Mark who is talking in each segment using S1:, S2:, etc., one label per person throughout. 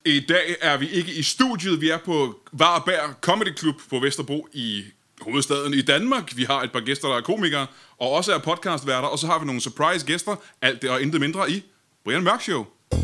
S1: I dag er vi ikke i studiet, vi er på Varberg Comedy Club på Vesterbro i hovedstaden i Danmark. Vi har et par gæster, der er komikere, og også er podcastværter, og så har vi nogle surprise gæster, alt det og intet mindre i Brian Mørk Show.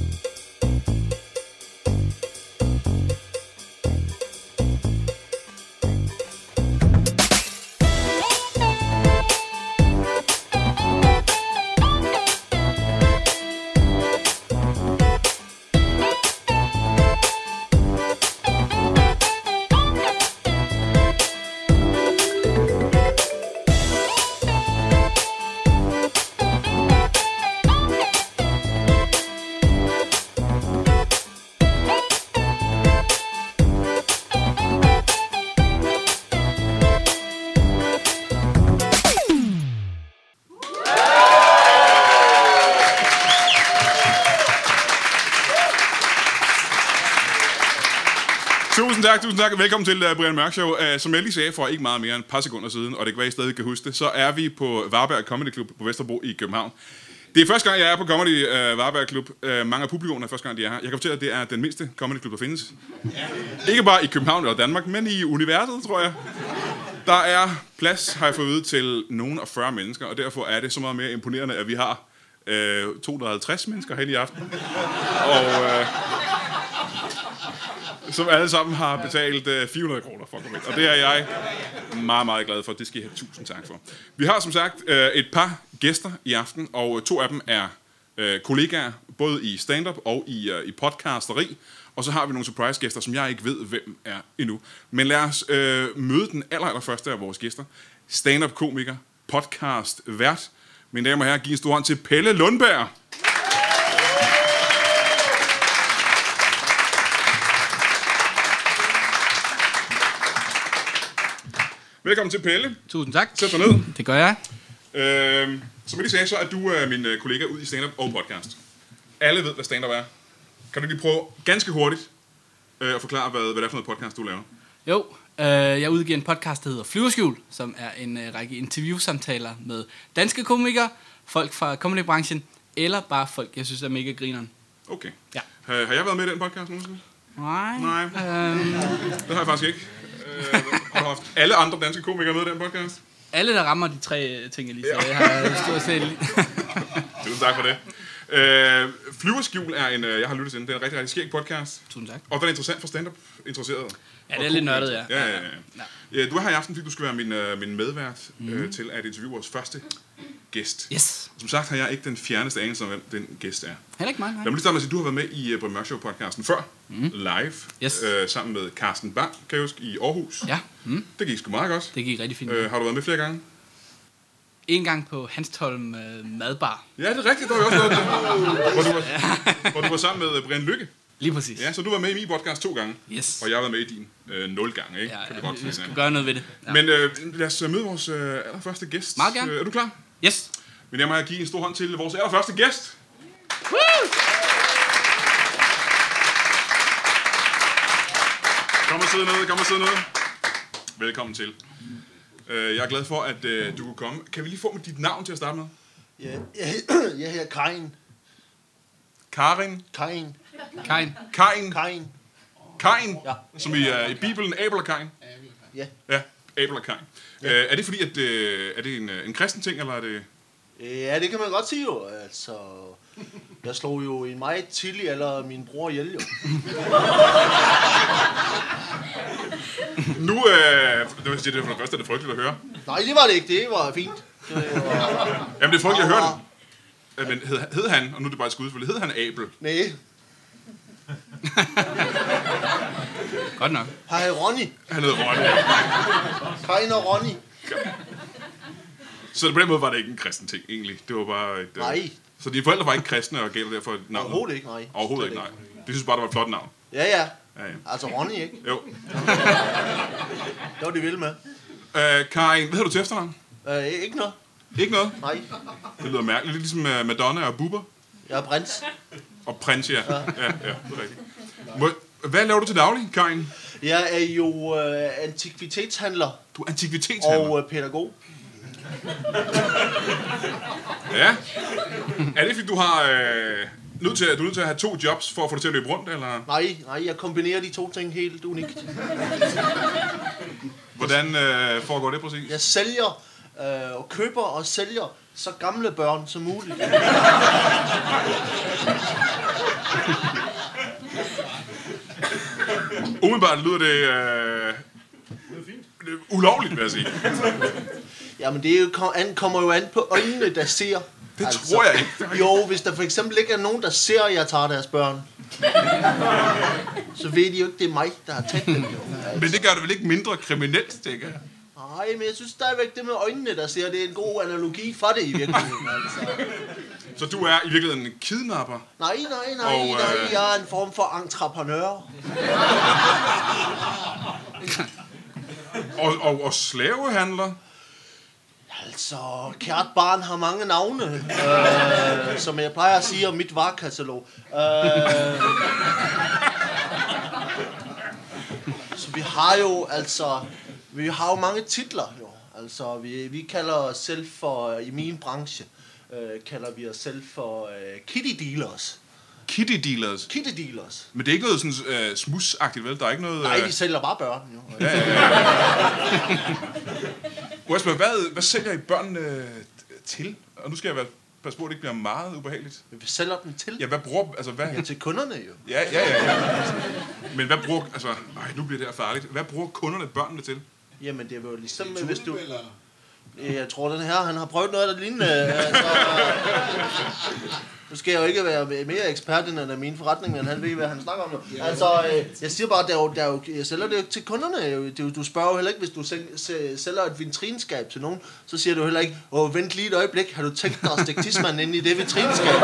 S1: Tusind tak. Velkommen til Brian Mørk Show. Som jeg lige sagde for ikke meget mere end et par sekunder siden, og det kan være, I stadig kan huske det, så er vi på Varberg Comedy Club på Vesterbro i København. Det er første gang, jeg er på Comedy Varberg Club. Mange af publikumerne er første gang, de er her. Jeg kan fortælle, at det er den mindste comedy club, der findes. Ikke bare i København eller Danmark, men i universet, tror jeg. Der er plads, har jeg fået ud til nogen af 40 mennesker, og derfor er det så meget mere imponerende, at vi har 250 mennesker hen i aften. Og som alle sammen har betalt 400 kroner for at komme ind. Og det er jeg meget, meget glad for. Det skal I have tusind tak for. Vi har som sagt et par gæster i aften, og 2 af dem er kollegaer, både i stand-up og i podcasteri. Og så har vi nogle surprise-gæster, som jeg ikke ved, hvem er endnu. Men lad os møde den allerførste af vores gæster. Stand-up-komiker, podcast-vært. Mine damer og herrer, giv en stor hånd til Pelle Lundberg. Velkommen til, Pelle.
S2: Tusind tak.
S1: Sæt dig ned.
S2: Det gør jeg.
S1: Som jeg lige sagde, så er du min kollega ud i stand-up og podcast. Alle ved, hvad stand-up er. Kan du lige prøve ganske hurtigt at forklare, hvad det er for noget podcast, du laver?
S2: Jo, jeg udgiver en podcast, der hedder Flyverskjul, som er en række interviewsamtaler med danske komikere, folk fra comedybranchen, eller bare folk, jeg synes er mega grineren.
S1: Okay.
S2: Ja.
S1: Har jeg været med i den podcast nogensinde?
S2: Nej.
S1: Det har jeg faktisk ikke. Har du haft alle andre danske komikere med i den podcast?
S2: Alle, der rammer de 3 ting, jeg lige sagde, har stort set...
S1: Tusind tak for det. Flyverskjul er en, jeg har lyttet til den, det er en rigtig, rigtig skæg podcast.
S2: Tusind tak.
S1: Og den er interessant for stand-up interesserede.
S2: Ja, det er lidt nørdet, ja.
S1: Ja. Du er her i aften, fordi du skal være min medvært til at interviewe vores første gæst.
S2: Yes.
S1: Som sagt har jeg ikke den fjerneste anelse om, hvem den gæst er.
S2: Heller ikke mig, nej.
S1: Lad mig lige starte med at sige, du har været med i Brian Mørk Show-podcasten før, live, sammen med Carsten Bang, kan jeg huske, i Aarhus.
S2: Ja.
S1: Det gik sgu meget godt.
S2: Det gik rigtig fint.
S1: Har du været med flere gange?
S2: En gang på Hanstholm Madbar.
S1: Ja, det er rigtigt, der var jeg også været hvor du var sammen med Brian Lykke.
S2: Lige præcis.
S1: Ja, så du var med i min podcast 2 gange,
S2: Yes.
S1: og jeg har været med i din 0 gange, ikke?
S2: Ja,
S1: kan vi godt
S2: vi
S1: sige.
S2: skal gøre noget ved det. Ja.
S1: Men lad os møde vores allerførste gæst.
S2: Meget gerne.
S1: Er du klar?
S2: Yes.
S1: Men jeg må give en stor hånd til vores allerførste gæst.
S2: Woo!
S1: Kom og sidde ned. Velkommen til. Jeg er glad for, at du kunne komme. Kan vi lige få med dit navn til at starte med?
S3: Ja, jeg hedder Karin.
S1: Karin? Kain?
S3: Ja.
S1: Som i Bibelen, Abel og Kain?
S3: Ja.
S1: Ja, Abel og Kain. Ja. Er det fordi, at er det en kristen ting, eller er det...
S3: Ja, det kan man godt sige jo. Altså, jeg slog jo i meget tidlig eller min bror ihjel jo.
S1: Nu, det vil sige, det er for det første, det er frygteligt at høre.
S3: Nej, det var det ikke. Det var fint.
S1: Jamen, det er frygteligt at høre det. Men hed han, og nu er det bare et skud, hed han Abel?
S3: Nej.
S2: Godt nok.
S3: Hej, Ronny.
S1: Han hed Ronny.
S3: Karin og Ronny.
S1: Så på den måde var det ikke en kristen ting, egentlig. Det var bare et...
S3: Nej.
S1: Så dine forældre var ikke kristne og gav dig derfor et navn?
S3: Overhovedet ikke, nej.
S1: Overhovedet ikke, nej. De synes bare, det var et flot navn.
S3: Ja. Altså Ronny, ikke?
S1: Jo.
S3: Det var de vilde med.
S1: Karin, hvad hedder du til efternavn?
S3: Ikke noget.
S1: Ikke noget?
S3: Nej.
S1: Det lyder mærkeligt. Lidt ligesom Madonna og Bubber.
S3: Jeg er prins.
S1: Og prins, ja. Ja, det er rigtigt. Hvad laver du til daglig, Karin?
S3: Jeg er jo antikvitetshandler.
S1: Du er antikvitetshandler?
S3: Og pædagog.
S1: Ja. Er det fordi du har... nødt til at have 2 jobs for at få det til at løbe rundt, eller?
S3: Nej, jeg kombinerer de 2 ting helt unikt.
S1: Hvordan foregår det præcis?
S3: Jeg sælger og køber og sælger så gamle børn som muligt.
S1: Umiddelbart lyder det ulovligt, vil jeg sige.
S3: Jamen det er jo, kommer jo an på øjnene, der ser.
S1: Det tror jeg ikke.
S3: Jo, hvis der for eksempel ikke er nogen, der ser, at jeg tager deres børn, så ved de jo ikke, det er mig, der har taget dem.
S1: Men det gør det vel ikke mindre kriminelt, tænker jeg?
S3: Nej, men jeg synes stadigvæk, det med øjnene, der ser, det er en god analogi for det i virkeligheden. Altså.
S1: Så du er i virkeligheden en kidnapper?
S3: Nej, jeg er en form for entreprenør.
S1: Og slavehandler?
S3: Altså, kært barn har mange navne, som jeg plejer at sige om mit varekatalog. Så vi har jo mange titler, jo. Altså, vi kalder os selv for, i min branche, kalder vi os selv for kitty dealers.
S1: Kitty dealers?
S3: Kitty dealers.
S1: Men det er ikke noget sådan smusagtigt, vel? Der er ikke noget...
S3: Nej, vi sælger bare børn, jo.
S1: Hvad sælger I børnene til? Og nu skal jeg passe på, at det ikke bliver meget ubehageligt.
S3: Men vi sælger dem til?
S1: Ja, hvad bruger... Altså, hvad?
S3: Ja, til kunderne, jo.
S1: Ja. Men hvad bruger... Altså, nu bliver det her farligt. Hvad bruger kunderne børnene til?
S3: Jamen, det er jo ligesom, hvis du... Jeg tror, den her, han har prøvet noget af det lignende. Altså, nu skal jeg jo ikke være mere ekspert end af min forretning, men han ved, hvad han snakker om. Ja. Altså, jeg siger bare, jeg sælger det jo til kunderne. Du spørger jo heller ikke, hvis du sælger et vitrineskab til nogen, så siger du heller ikke, vent lige et øjeblik, har du tænkt dig at stikke tidsmanden ind i det vitrineskab?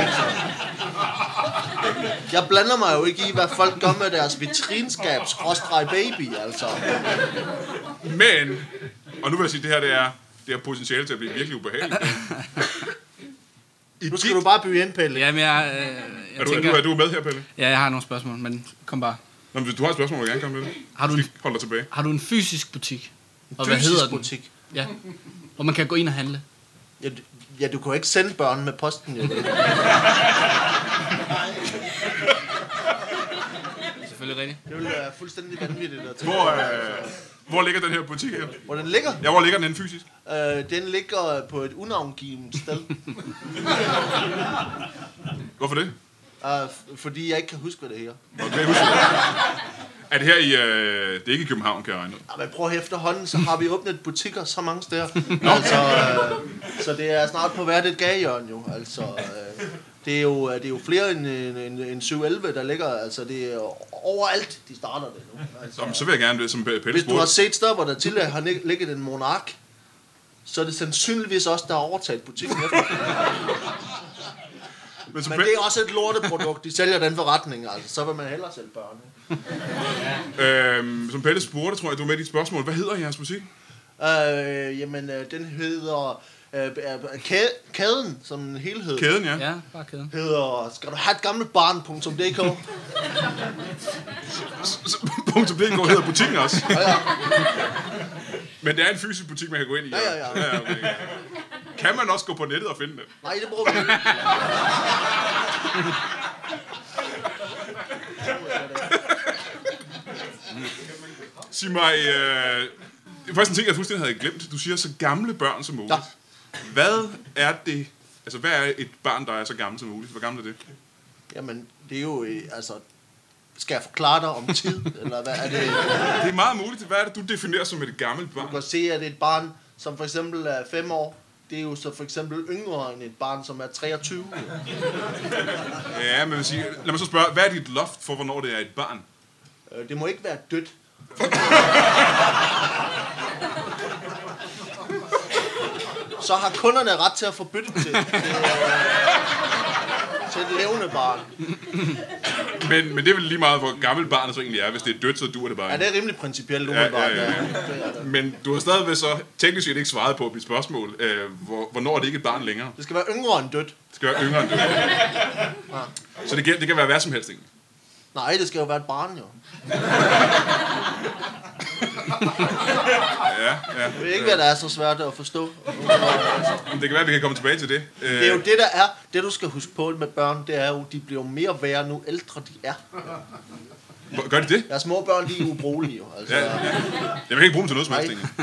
S3: Jeg blander mig jo ikke i, hvad folk gør med deres vitrineskab/baby, altså.
S1: Men, og nu vil jeg sige, det her det er potentiale til at blive virkelig ubehageligt.
S3: Nu skal du bare byde ind, Pelle.
S2: Jamen,
S1: Er du med her, Pelle?
S2: Ja, jeg har nogle spørgsmål, men kom bare.
S1: Nå, men hvis du har et spørgsmål, vil jeg gerne komme med det. Hold dig tilbage.
S2: Har du en fysisk butik? Og
S3: Fysisk
S2: hvad hedder den?
S3: butik?
S2: Ja, hvor man kan gå ind og handle.
S3: Ja, du kan jo ikke sende børn med posten, jo.
S2: Selvfølgelig rigtigt.
S3: Det vil være fuldstændig vanvittigt at tænke.
S1: Hvor ligger den her butik her?
S3: Hvor den ligger?
S1: Ja, hvor ligger den fysisk?
S3: Den ligger på et unavngivent sted.
S1: Hvorfor det?
S3: Fordi jeg ikke kan huske, hvad det her.
S1: Okay, husk. Er det her i... det er ikke i København, kan jeg regne ud.
S3: Ja, men prøv efterhånden, så har vi åbnet butikker så mange steder. Altså, så det er snart på hvert et gadehjørne, jo. Altså, det er jo flere end 7-11, der ligger. Altså, det er overalt, de starter det nu. Altså,
S1: Så vil jeg gerne, som Pelle
S3: hvis du har set steder, hvor der tidligere har ligget en monark, så er det sandsynligvis også, der har overtaget butikken efter. Men det er også et lorteprodukt. De sælger den forretning, altså. Så vil man hellere sælge børn.
S1: Som Pelle spurgte, tror jeg, du er med i dit spørgsmål. Hvad hedder jeres butik?
S3: Jamen, den hedder... Kæden, som en helhed.
S1: Kæden, ja.
S2: Ja, bare kæden.
S3: Hedder, skal du have et gammelt barn.dk?
S1: .dk hedder butikken også.
S3: Ja.
S1: Men det er en fysisk butik, man kan gå ind i.
S3: Ja.
S1: Okay. Kan man også gå på nettet og finde det?
S3: Nej, det bruger vi ikke.
S1: Sig mig, det er faktisk en ting, jeg fuldstændig havde glemt. Du siger så gamle børn som muligt.
S3: Ja.
S1: Hvad er det? Altså, hvad er et barn, der er så gammel som muligt? Hvor gammel er det?
S3: Jamen, det er jo, altså... Skal jeg forklare dig om tid, eller hvad er det?
S1: Det er meget muligt. Hvad er det, du definerer som et gammelt barn?
S3: Du kan se, at et barn, som for eksempel er 5 år, det er jo så for eksempel yngre end et barn, som er 23.
S1: Ja, men lad mig så spørge, hvad er dit loft for, hvornår det er et barn?
S3: Det må ikke være dødt. Så har kunderne ret til at få bytte til et levende barn.
S1: Men det er vel lige meget, hvor gammelt barnet så egentlig er. Hvis det er dødt, så duer det bare.
S3: Ja, det er rimelig principielt umiddelbart. Ja.
S1: Men du har stadigvæk så teknisk set ikke svaret på mit spørgsmål. Hvornår er det ikke et barn længere?
S3: Det skal være yngre end dødt.
S1: Det skal være yngre end dødt. Ja. Så det kan være hvad som helst, egentlig.
S3: Nej, det skal jo være et barn, jo.
S1: Ja.
S3: Jeg ved ikke, hvad der er så svært at forstå.
S1: Det kan være, at vi kan komme tilbage til det.
S3: Det er jo det, der er. Det, du skal huske på med børn, det er jo, de bliver mere værre, nu ældre de er.
S1: Gør de det?
S3: Ja, små børn, de er ubrugelige jo. Altså,
S1: Ja. Jeg kan ikke bruge dem til noget som helst, egentlig.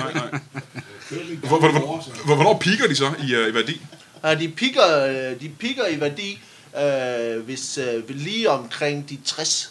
S1: Nej. Hvornår piker de så i værdi?
S3: De piker i værdi, hvis lige omkring de 60.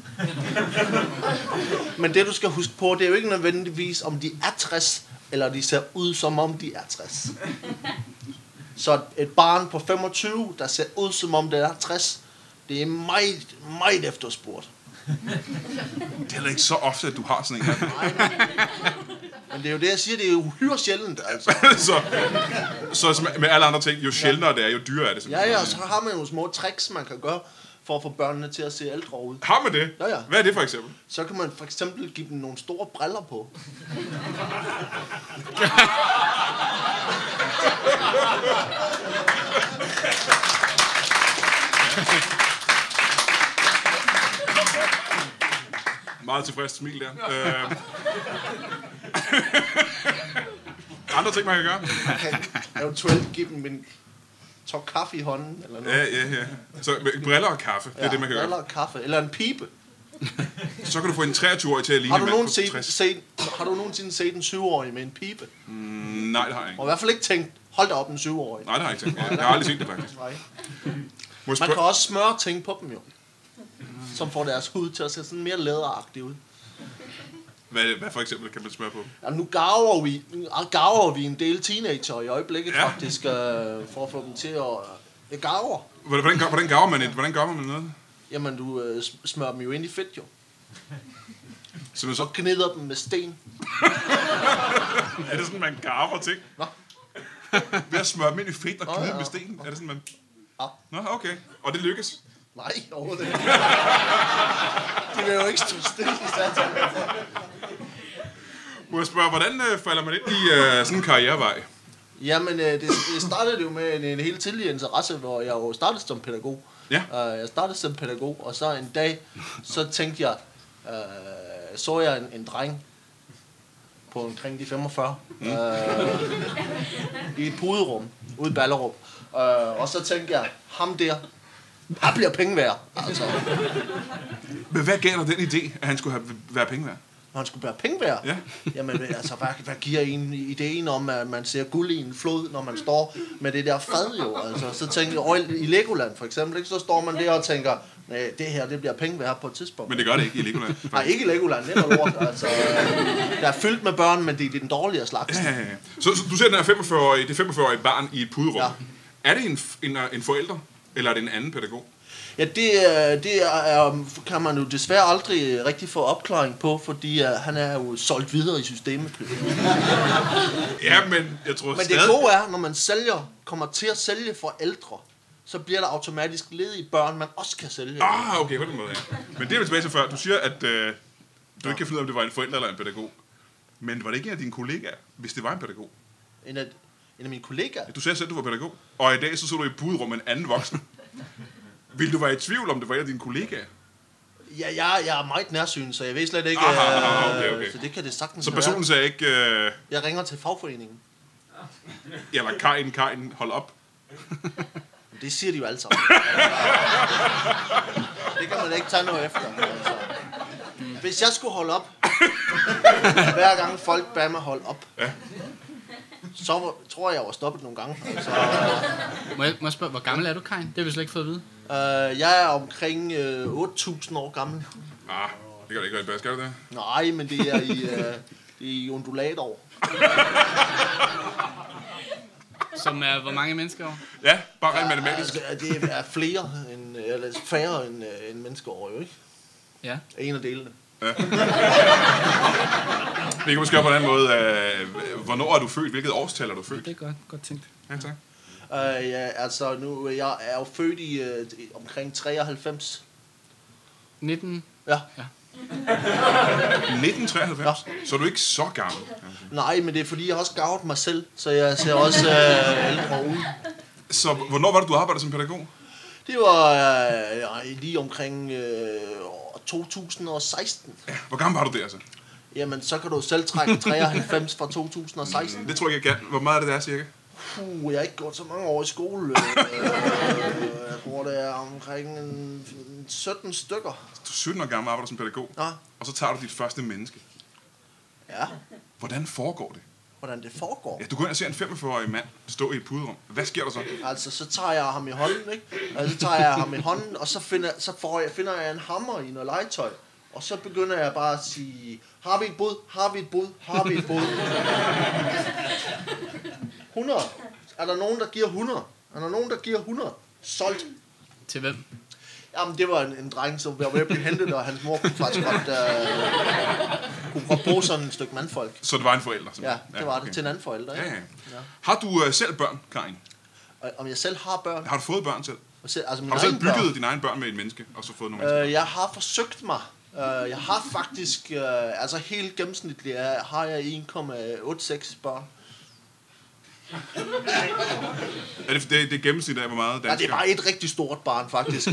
S3: Men det, du skal huske på, det er jo ikke nødvendigvis, om de er 60, eller de ser ud, som om de er 60. Så et barn på 25, der ser ud, som om det er 60, det er meget, meget efterspurgt.
S1: Det er heller ikke så ofte, at du har sådan en her.
S3: Men det er jo det, jeg siger, det er uhyre sjældent, altså.
S1: så med alle andre ting, jo sjældnere det er, jo dyrere er det.
S3: Ja, og så har man jo små tricks, man kan gøre, for at få børnene til at se ældre ud.
S1: Har man det?
S3: Ja.
S1: Hvad er det for eksempel?
S3: Så kan man for eksempel give dem nogle store briller på.
S1: Meget tilfreds smil der. Andre ting, man kan gøre?
S3: Man kan eventuelt give dem en tår kaffe i hånden, eller noget.
S1: Ja. Så briller og kaffe, det er det, man kan
S3: briller
S1: gøre.
S3: og kaffe, eller en pibe.
S1: Så kan du få en 23-årig til at ligne en mand på 60.
S3: Har du nogensinde set en 7-årig med en pibe?
S1: Nej, det har jeg ikke.
S3: Og i hvert fald ikke tænkt, hold da op, en 7-årig.
S1: Nej, det har jeg ikke tænkt. Jeg har aldrig set det, faktisk.
S3: Nej.
S1: Må jeg
S3: Man kan
S1: spørge-
S3: også smøre ting på dem jo. Som får deres hud til at se sådan mere læderagtigt ud.
S1: Hvad for eksempel kan man smøre på?
S3: Ja, nu garver vi en del teenager i øjeblikket faktisk, for at få dem til at garver.
S1: Hvordan garver man noget?
S3: Jamen, du smører dem jo ind i fedt jo.
S1: Så
S3: Og gnider dem med sten.
S1: er det sådan, man garver ting?
S3: Nå.
S1: Ved at smøre dem ind i fedt og gnide
S3: ja.
S1: med sten? Er det sådan, man...
S3: Ja.
S1: Nå, okay. Og det lykkes?
S3: Nej, overhovedet ikke. De vil jo ikke stå stille i satan.
S1: Må jeg spørge, hvordan falder man ind i sådan en karrierevej?
S3: Jamen, det startede jo med en helt tidlig interesse, hvor jeg jo startede som pædagog.
S1: Ja.
S3: Jeg startede som pædagog, og så en dag, så tænkte jeg, så jeg en dreng på omkring de 45, i et puderum ude i Ballerup. Og så tænkte jeg, ham der, han bliver penge værd. Altså,
S1: Men hvad gav dig den idé, at han skulle være penge værd?
S3: når han skulle være penge værd.
S1: Ja.
S3: Jamen, altså, hvad giver en ideen om, at man ser guld i en flod, når man står med det der fad jo? Altså, så tænkte jeg, i Legoland for eksempel, ikke? Så står man der og tænker, nej, det her, det bliver penge værd på et tidspunkt.
S1: Men det gør det ikke i Legoland.
S3: Nej, ikke i Legoland, det er noget lort. Altså, der er fyldt med børn, men det er den dårligere slags.
S1: Ja. Så du ser den her 45-årige barn i et puderum.
S3: Ja.
S1: Er det en forælder, eller er det en anden pædagog?
S3: Ja, det kan man jo desværre aldrig rigtig få opklaring på, fordi han er jo solgt videre i systemet.
S1: Ja, men jeg tror
S3: Men
S1: stadig...
S3: det gode er, når man kommer til at sælge for ældre, så bliver der automatisk ledige børn, man også kan sælge.
S1: Okay, på den måde, ja. Men det er vi tilbage til før. Du siger, at du ikke kan finde ud af, om det var en forælder eller en pædagog. Men var det ikke en af dine kollegaer, hvis det var en pædagog?
S3: En af mine kollegaer.
S1: Du sagde selv, at du var pædagog. Og i dag så du i et puderum med en anden voksen. Vil du være i tvivl, om det var en af dine kollegaer?
S3: Ja, jeg er meget nærsynet, så jeg ved slet ikke,
S1: okay.
S3: så det kan det sagtens
S1: Så
S3: være.
S1: personen sagde ikke...
S3: Jeg ringer til fagforeningen.
S1: Eller Karin, hold op.
S3: Det siger de jo alle sammen. Det kan man ikke tage noget efter. Altså. Hvis jeg skulle holde op, hver gang folk bad mig holde op, så tror jeg var stoppet nogle gange. Altså,
S2: Må jeg spørge, hvor gammel er du, Karin? Det har vi slet ikke fået at vide.
S3: jeg er omkring 8.000 år gammel.
S1: Det kan du ikke rigtig bedre, skal du det?
S3: Nej, men det er i undulatår.
S2: Som er hvor mange mennesker over?
S1: Ja, bare rent matematisk.
S3: Altså, det er færre end menneskeår, jo ikke?
S2: Ja.
S3: En af delene.
S1: Vi kan måske op på en anden måde. Hvornår er du født? Hvilket årstal er du født?
S2: Det er godt tænkt.
S1: Ja, tak.
S3: Jeg er jo født i omkring 93.
S2: 19.
S3: Ja.
S1: 1993? Så er du ikke så gammel.
S3: Nej, men det er fordi, jeg har også gavet mig selv, så jeg ser også ældre ud.
S1: Så hvornår var det, du arbejdede som pædagog?
S3: Det var lige omkring 2016.
S1: Ja, hvor gammel var du der så?
S3: Jamen, så kan du selv trække 93 fra 2016.
S1: Det tror jeg ikke, jeg kan. Hvor meget er det der, cirka?
S3: Jeg har ikke gået så mange år i skole. Jeg tror, det er omkring 17 stykker.
S1: Du er 17 år gammel og arbejder som pædagog.
S3: Ja.
S1: Og så tager du dit første menneske.
S3: Ja,
S1: Hvordan foregår det?
S3: hvordan det foregår.
S1: Ja, du går ind og ser en 45-årig mand stå i et puderum. Hvad sker der så?
S3: Altså, så tager jeg ham i hånden, ikke? Og så tager jeg ham i hånden, og så finder jeg en hammer i noget legetøj. Og så begynder jeg bare at sige, har vi et bud, har vi et bud, har vi et bud. 100. Er der nogen, der giver 100? Er der nogen, der giver 100? Solgt.
S2: Til hvem?
S3: Jamen, det var en dreng, som var ved at blive hentet, og hans mor kunne faktisk godt bruge sådan et stykke mandfolk.
S1: Så det var en forælder?
S3: Ja, det var det til en anden forælder, ikke?
S1: Ja. Har du selv børn, Karin?
S3: Om jeg selv har børn?
S1: Har du fået børn selv?
S3: Altså,
S1: Har du selv bygget dine egne børn med et menneske, og så fået nogle mennesker?
S3: Jeg har forsøgt mig. Jeg har faktisk, altså helt gennemsnitligt, har jeg 1,86 børn.
S1: Er det gennemsnit af, hvor meget dansker?
S3: Ja, det er bare et rigtig stort barn, faktisk.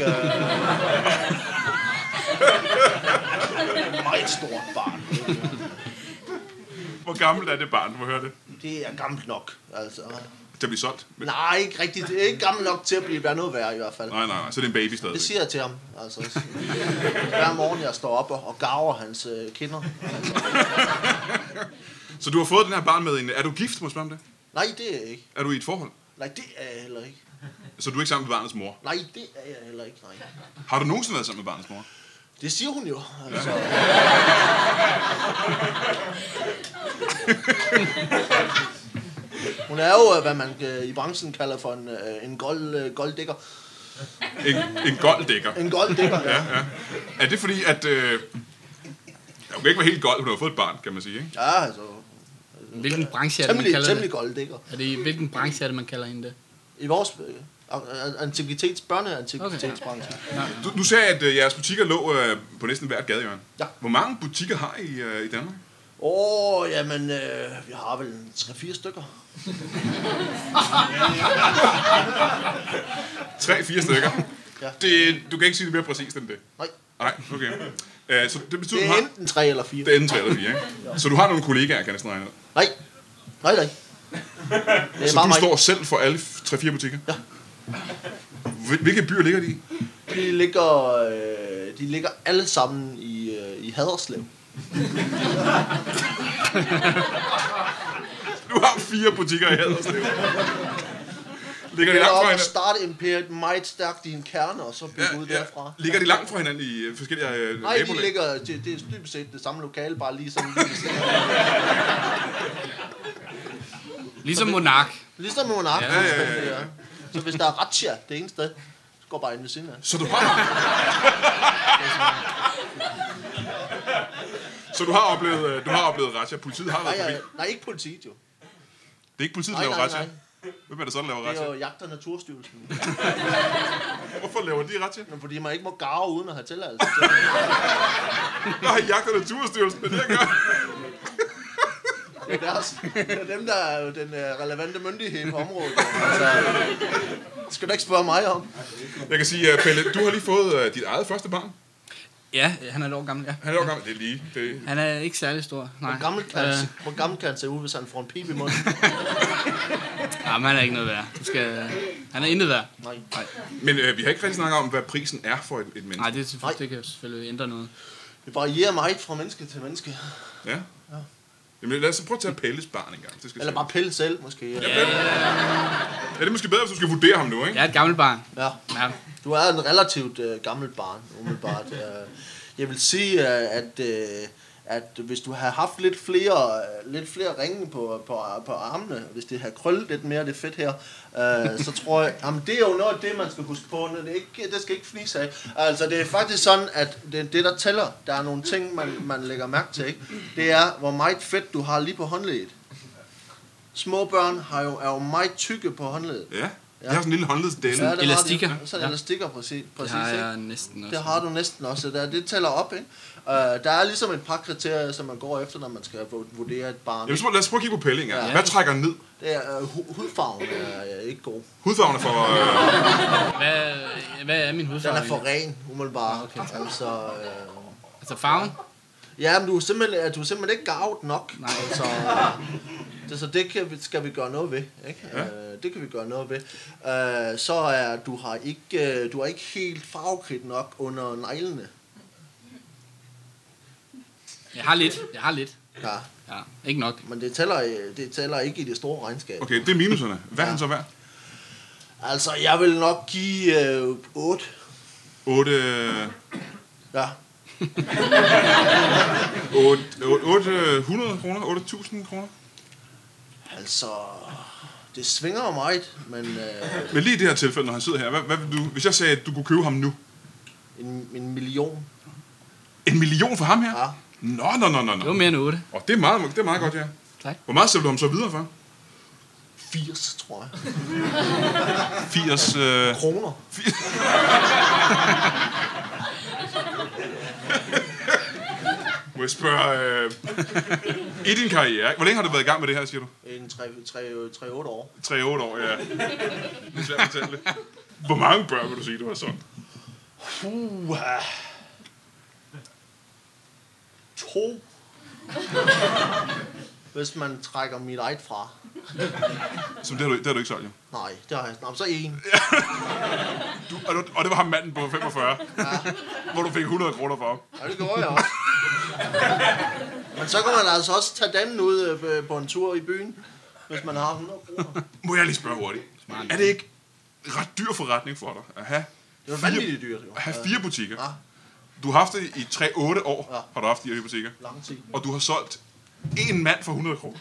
S3: Meget stort barn.
S1: Hvor gammelt er det barn, du må høre det?
S3: Det er gammelt nok, altså.
S1: Til at blive solgt?
S3: Nej, ikke rigtigt. Det er ikke gammelt nok til at blive noget værd i hvert fald.
S1: Nej, så det er en baby stadig.
S3: Det siger jeg til ham. Altså, hver morgen jeg står op og garver hans kinder. Altså.
S1: Så du har fået den her barn med en... Er du gift, må jeg spørge om det?
S3: Nej, det er jeg ikke.
S1: Er du i et forhold?
S3: Nej, det er jeg heller ikke.
S1: Så du er ikke sammen med barnets mor?
S3: Nej, det er jeg heller ikke, nej.
S1: Har du nogensinde været sammen med barnets mor?
S3: Det siger hun jo. Altså. Hun er jo, hvad man i branchen kalder for en golddækker.
S1: En golddækker?
S3: En golddækker, ja.
S1: Ja. Er det fordi, at... hun kan ikke være helt gold, hun har fået et barn, kan man sige, ikke?
S3: Ja, altså...
S2: Hvilken branche er det, man kalder
S3: temmelig golddækker.
S2: Er det i hvilken branche er det, man kalder hende det?
S3: I vores børneantikvitetsbranche.
S2: Ja.
S1: Du sagde, at jeres butikker lå på næsten hvert gadehjørne.
S3: Ja.
S1: Hvor mange butikker har I i Danmark?
S3: Jamen, vi har vel 3-4 stykker.
S1: 3-4 stykker?
S3: Ja.
S1: Du kan ikke sige det mere præcist end det?
S3: Nej.
S1: Nej, okay. Så det betyder,
S3: Det
S1: du
S3: er
S1: har...
S3: enten 3 eller 4.
S1: Det er enten 3 eller 4, ikke? Ja. Så du har nogle kollegaer, kan jeg næsten regne ud.
S3: Nej. Det er
S1: Så
S3: bare
S1: du
S3: mig.
S1: står selv for alle 3-4 butikker?
S3: Ja.
S1: Hvilke byer ligger de i?
S3: De ligger alle sammen i Haderslev.
S1: Du har 4 butikker i Haderslev. Ligger de
S3: Det er
S1: langt fra
S3: op at
S1: hinanden?
S3: starte imperiet meget stærkt i en kerne, og så bygge ud derfra.
S1: Ligger de langt fra hinanden i forskellige
S3: Nej, de
S1: nabolag?
S3: ligger, det er dybest set det samme lokale, bare lige sådan lige ved siden af.
S2: Ligesom Monark.
S3: Ligesom Monark.
S2: Ja.
S3: Ja. Så hvis der er razzia det ene sted, så går bare ind ved siden af.
S1: Så du har... Så du har oplevet razzia. Politiet har været forbi.
S3: Nej, ikke politiet jo.
S1: Det er ikke politiet, der
S3: Nej,
S1: laver
S3: nej,
S1: razzia.
S3: nej.
S1: Hvem er det så, der laver
S3: Det er
S1: razzia?
S3: jo Jagt- og Naturstyrelsen.
S1: Hvorfor laver de razzia?
S3: Men fordi man ikke må garve uden at have tilladelse til det.
S1: Nej, Jagt- og Naturstyrelsen, det er det, jeg gør.
S3: Det er dem, der er jo den relevante myndighed på området. Altså, det skal du ikke spørge mig om.
S1: Jeg kan sige, Pelle, du har lige fået dit eget første barn.
S2: Ja, han er et år gammel, ja.
S1: Han er jo gammel. Det er lige. Det...
S2: Han er ikke særlig stor, nej.
S3: Hvor gammel kan han se ud, hvis han får en pip i munden?
S2: Jamen, han er ikke noget værd. Han er intet værd.
S3: Nej.
S1: Men vi har ikke rigtig snakket om, hvad prisen er for et menneske.
S2: Nej, det kan jo selvfølgelig ændre noget.
S3: Det varierer meget fra menneske til menneske.
S1: Ja? Jamen lad os prøve at tage Pelles barn engang. Det skal
S3: Eller bare pille selv, måske.
S1: Ja, det er måske bedre, hvis du skal vurdere ham nu, ikke?
S2: Jeg er et gammelt barn.
S3: Ja.
S2: Ja.
S3: Du er en relativt gammelt barn, umiddelbart. Jeg vil sige, at hvis du har haft lidt flere ringe på armene, hvis det har krøllet lidt mere det fedt her, så tror jeg, jamen det er jo noget af det, man skal huske på. Det skal ikke fnise af. Altså det er faktisk sådan, at det der tæller, der er nogle ting, man lægger mærke til, ikke? Det er, hvor meget fedt du har lige på håndledet. Små børn er jo meget tykke på håndledet.
S1: Ja. Jeg har sådan en lille håndledsdælle.
S3: Ja, det
S2: Elastikker.
S3: har de. Så er det elastikker, præcis.
S2: Det har jeg næsten også.
S3: Det har du næsten også. Det tæller op, ikke? Der er ligesom et par kriterier, som man går efter, når man skal vurdere et barn.
S1: Jamen, lad os prøve at kigge på Pelle engang.
S3: Ja.
S1: Hvad trækker ned?
S3: Det er hudfarven er ikke god.
S1: Hudfarven er for...
S2: Hvad er min
S3: Den
S2: hudfarve?
S3: er for ren, umiddelbart.
S2: Okay.
S3: Altså,
S2: Altså farven?
S3: Ja, men du er simpelthen ikke garvet nok.
S2: Nej.
S3: Så det skal vi gøre noget ved, ikke?
S1: Ja.
S3: Det kan vi gøre noget ved. Så er du har ikke helt farvekridt nok under neglene.
S2: Jeg har lidt.
S3: Ja,
S2: Ja, ikke nok.
S3: men det tæller ikke i det store regnskab.
S1: Okay, det er minuserne. Hvad er han så værd?
S3: Altså, jeg vil nok give 8.
S1: 8...
S3: Ja.
S1: 800 kroner? 8.000 kroner?
S3: Altså, det svinger meget, men
S1: Men lige i det her tilfælde, når han sidder her, hvad vil du... Hvis jeg sagde, at du kunne købe ham nu?
S3: en million.
S1: 1 million for ham her?
S3: Ja.
S1: Nå.
S2: Det var mere end 8.
S1: Det er meget godt, ja.
S2: Tak.
S1: Hvor meget sælger du ham så videre for?
S3: 80, tror jeg.
S1: 80...
S3: Kroner.
S1: Må jeg spørge... I din karriere, hvor længe har du været i gang med det her, siger du?
S3: En 3-8 år.
S1: 3-8 år, ja. Det er svært at fortælle. Hvor mange børn vil du sige, du har sådan?
S3: 2. Hvis man trækker mit eget fra.
S1: Som det har du ikke solgt, jo.
S3: Nej, det har jeg. Nå, så 1.
S1: Og det var ham manden på 45, ja. Hvor du fik 100 kroner for.
S3: Ja, det gjorde jeg også. Men så kan man altså også tage damen ud på en tur i byen, hvis man har 100 kroner.
S1: Må jeg lige spørge hurtigt? Er det ikke ret dyr forretning for dig at have
S3: Det var vanvittigt dyrt, jo.
S1: at have 4 butikker?
S3: Ja,
S1: Du har haft det i 3-8 år,
S3: Ja.
S1: har du haft 4 butikker.
S3: lang tid.
S1: Og du har solgt en mand for 100 kroner.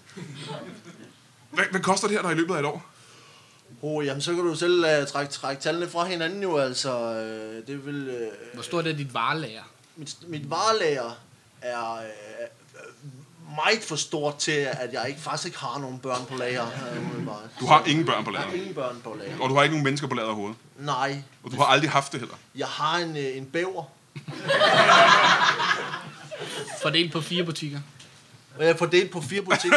S1: Hvad koster det her der i løbet af et år?
S3: Jamen, så kan du selv trække tallene fra hinanden jo, altså. Det vil...
S2: Hvor stort er dit varelager?
S3: Mit varelager er meget for stort til, at jeg faktisk ikke har nogen børn på lager.
S1: Du har ingen børn på
S3: Jeg har
S1: lageret.
S3: ingen børn på lager.
S1: Og du har ikke nogen mennesker på lageret overhovedet.
S3: Nej.
S1: Og du har aldrig haft det heller.
S3: Jeg har en bæver.
S2: Fordelt på 4 butikker.
S3: Og jeg er fordelt på 4 butikker.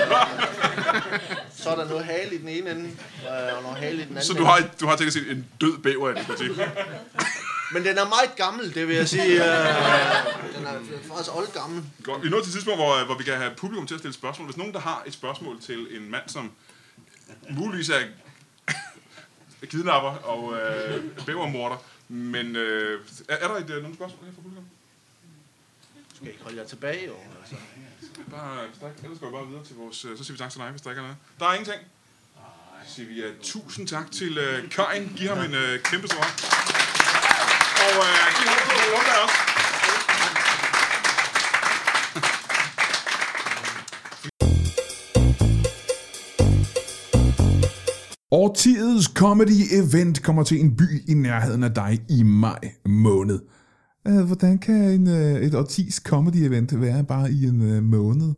S1: Så
S3: Så er der noget hale i den ene ende, og noget hale i den anden
S1: Så
S3: ende.
S1: du har tænkt at se en død bæver i din butik.
S3: Men den er meget gammel, det vil jeg sige. Den er faktisk oldgammel.
S1: Godt. Vi er nået til et tidspunkt, hvor vi kan have publikum til at stille spørgsmål. Hvis nogen, der har et spørgsmål til en mand, som muligvis er kidnapper og bævermorder, men er der nogle spørgsmål her fra publikum?
S3: Du skal ikke holde jer tilbage, jo. Altså.
S1: Ellers går vi bare videre til vores... Så siger vi tak til dig, hvis der ikke er noget. Der er ingenting. Så siger vi tusind tak til Karin. Giv ham en kæmpe stor hånd. Og giv ham til Lundberg også.
S4: Årtidets comedy-event kommer til en by i nærheden af dig i maj måned. Hvordan kan et årtids comedy-event være bare i en måned?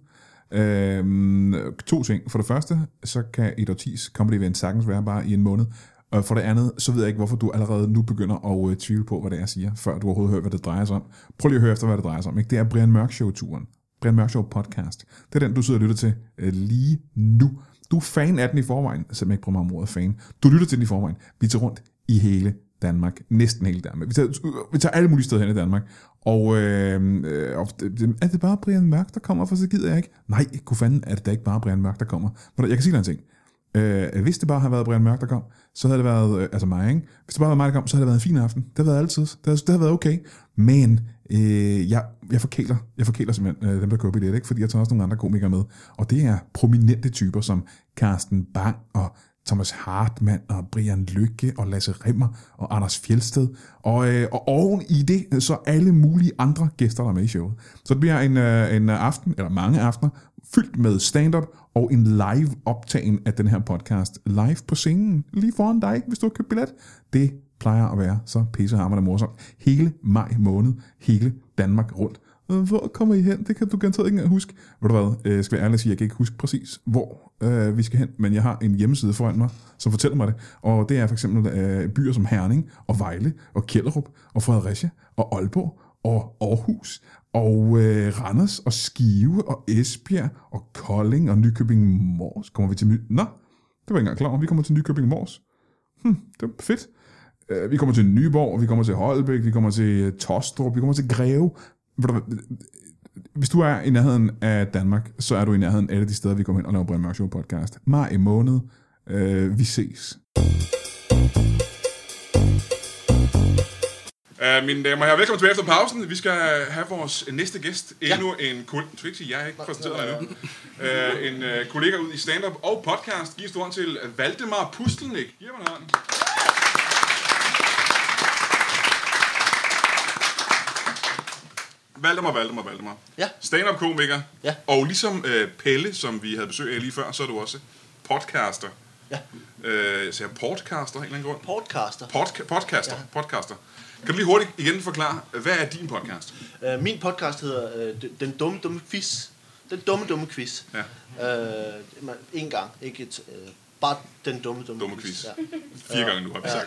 S4: 2 ting. For det første, så kan et årtids comedy-event sagtens være bare i en måned. Og for det andet, så ved jeg ikke, hvorfor du allerede nu begynder at tvivle på, hvad det er, jeg siger, før du overhovedet hører, hvad det drejer sig om. Prøv lige at høre efter, hvad det drejer sig om. Ikke? Det er Brian Mørk Show-turen. Brian Mørk Show podcast. Det er den, du sidder og lytter til lige nu. Du er fan af den i forvejen, selvom jeg ikke bruger mig om ordet fan. Du lytter til den i forvejen. Vi tager rundt i hele Danmark. Næsten hele Danmark. Vi tager alle mulige steder hen i Danmark. Og er det bare Brian Mørk, der kommer, for så gider jeg ikke? Nej, kunne fanden, er det da ikke bare Brian Mørk, der kommer. Jeg kan sige dig en ting. Hvis det bare havde været Brian Mørk, der kom, så havde det været, altså mig, ikke? Hvis det bare havde været mig, der kom, så havde det været en fin aften. Det havde været altid. Det havde været okay. Men jeg forkæler simpelthen dem, der køber billet, ikke? Fordi jeg tager også nogle andre komikere med. Og det er prominente typer som Carsten Bang og Thomas Hartmann og Brian Lykke og Lasse Rimmer og Anders Fjeldsted. Og oven i det, så alle mulige andre gæster, der er med i showet. Så det bliver en aften, eller mange aftener, fyldt med stand-up og en live optagen af den her podcast. Live på scenen, lige foran dig, hvis du har købt billet. Det plejer at være så pissehammerende morsomt. Hele maj måned, hele Danmark rundt. Hvor kommer I hen? Det kan du garanteret ikke engang huske. Ved du hvad, skal jeg ærligt sige, jeg kan ikke huske præcis, hvor vi skal hen, men jeg har en hjemmeside foran mig, som fortæller mig det. Og det er for eksempel byer som Herning og Vejle og Kjellerup og Fredericia og Aalborg og Aarhus og Randers og Skive og Esbjerg og Kolding og Nykøbing Mors. Kommer vi til Nå, det var jeg ikke engang klar over. Vi kommer til Nykøbing Mors. Det var fedt. Vi kommer til Nyborg, vi kommer til Holbæk, vi kommer til Tostrup, vi kommer til Greve. Hvis du er i nærheden af Danmark, så er du i nærheden af alle de steder, vi kommer hen og laver Brian Mørk Show podcast. Maj måned. Vi ses.
S1: Mine damer og herrer, velkommen tilbage efter pausen. Vi skal have vores næste gæst. Endnu en kollega. Jeg er ikke præsenteret endnu. En kollega ud i stand-up og podcast. Giv en stor hånd til Valdemar Pustelnik. Giv mig en hånd. Valdemar.
S3: Ja.
S1: Stand-up-komiker.
S3: Ja.
S1: Og ligesom Pelle, som vi havde besøg af lige før, så er du også podcaster.
S3: Ja.
S1: Jeg siger podcaster af en eller anden grund. Podcaster. Kan du lige hurtigt igen forklare, hvad er din podcast?
S3: Min podcast hedder Den dumme quiz. Den dumme quiz.
S1: Ja.
S3: En gang, ikke bare den dumme
S1: quiz.
S3: Ja.
S1: 4 gange nu har vi sagt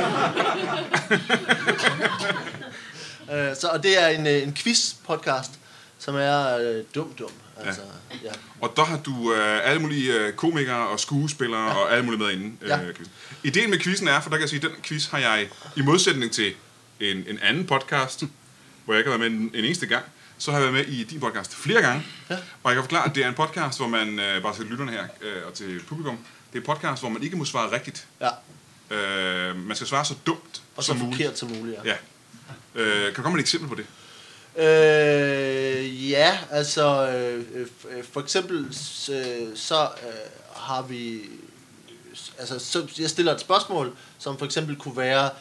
S1: det.
S3: Og det er en quiz-podcast, som er dum. Altså, ja.
S1: Og der har du alle mulige komikere og skuespillere og alle mulige med inde. Ideen med quizzen er, for der kan jeg sige, at den quiz har jeg i modsætning til en anden podcast, hvor jeg ikke har været med en eneste gang, så har jeg været med i din podcast flere gange. Ja. Og jeg kan forklare, at det er en podcast, hvor man, bare til lytterne her og til publikum, det er en podcast, hvor man ikke må svare rigtigt.
S3: Ja.
S1: Man skal svare så dumt
S3: og
S1: som
S3: så
S1: muligt.
S3: forkert som muligt,
S1: ja. Kan du komme med et eksempel på det?
S3: Ja, altså for eksempel så har vi altså så jeg stiller et spørgsmål, som for eksempel kunne være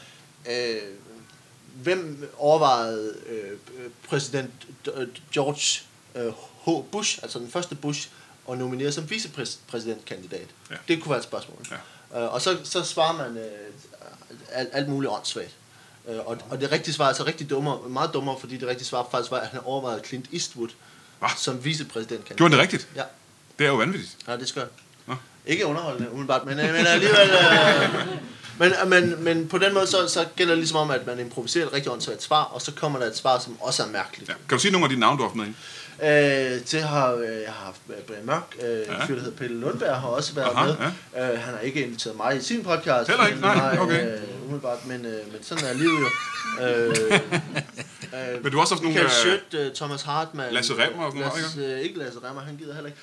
S3: hvem overvejede præsident George H. Bush, altså den første Bush, at nominere som vicepræsidentkandidat. Ja. Det kunne være et spørgsmål. Ja. Og så svarer man alt muligt åndssvagt. Og det rigtige svar er så rigtig dummere, meget dummere, fordi det rigtige svar faktisk var, at han overvejede Clint Eastwood som vicepræsidentkandidat.
S1: Gjorde det rigtigt?
S3: Ja.
S1: Det er jo vanvittigt.
S3: Ja, det skal jeg. Ikke underholdende, umiddelbart, men alligevel... Men på den måde, så gælder det ligesom om, at man improviserer et rigtig åndssvagt svar, og så kommer der et svar, som også er mærkeligt.
S1: Ja. Kan du sige nogle af de navne, du har haft med ind?
S3: Det har jeg har haft Brian Mørk, en fyr, der hedder Pelle Lundberg, har også været med. Ja. Han har ikke inviteret mig i sin podcast.
S1: Heller ikke? Nej, okay.
S3: Umiddelbart, men sådan er livet jo.
S1: Men du har også haft nogle...
S3: Michael Schødt, Thomas Hartmann...
S1: Lasse Remmer og sådan
S3: noget, ikke Lasse Remmer, han gider heller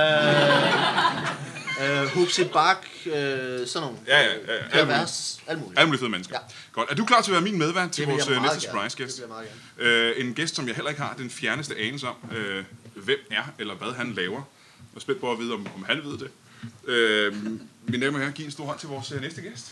S3: ikke. Huxi Bak, sådan nogle.
S1: Ja.
S3: Alt muligt.
S1: Alle mulige fede mennesker. Ja. Godt. Er du klar til at være min medvært til vores næste surprise-gæst?
S3: Det vil jeg meget gerne.
S1: En gæst, som jeg heller ikke har den fjerneste anelse om, hvem er eller hvad han laver. Jeg er spændt på at vide, om han ved det. Mine damer og herrer, giv en stor hånd til vores næste gæst.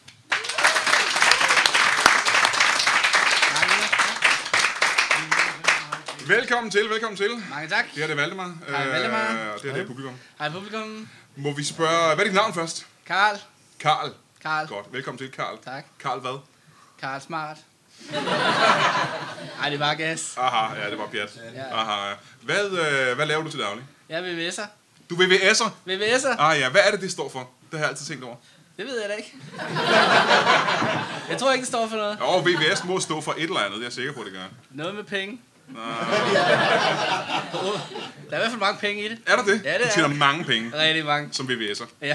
S1: Velkommen til.
S2: Mange tak.
S1: Det her er Valdemar.
S2: Hej Valdemar.
S1: Og det her er publikum.
S2: Hej publikum.
S1: Må vi spørge, hvad er dit navn først?
S2: Karl.
S1: Karl. Godt. Velkommen til, Karl.
S2: Tak.
S1: Karl hvad?
S2: Karl Smart. Ej, det var gas.
S1: Aha, ja, det var pjat. Ja. Aha. Hvad laver du til daglig?
S2: Jeg er VVS'er.
S1: Du er VVS'er?
S2: VVS'er.
S1: Ah ja, hvad er det står for? Det har jeg altid tænkt over.
S2: Det ved jeg da ikke. Jeg tror ikke, det står for noget.
S1: VVS må stå for et eller andet, det er jeg sikker på, det gør.
S2: Noget med penge. Der er i hvert fald mange penge i det.
S1: Er der det?
S2: Ja, det er.
S1: Du tjener mange penge.
S2: Rigtig mange.
S1: Som VVS'er.
S2: Ja.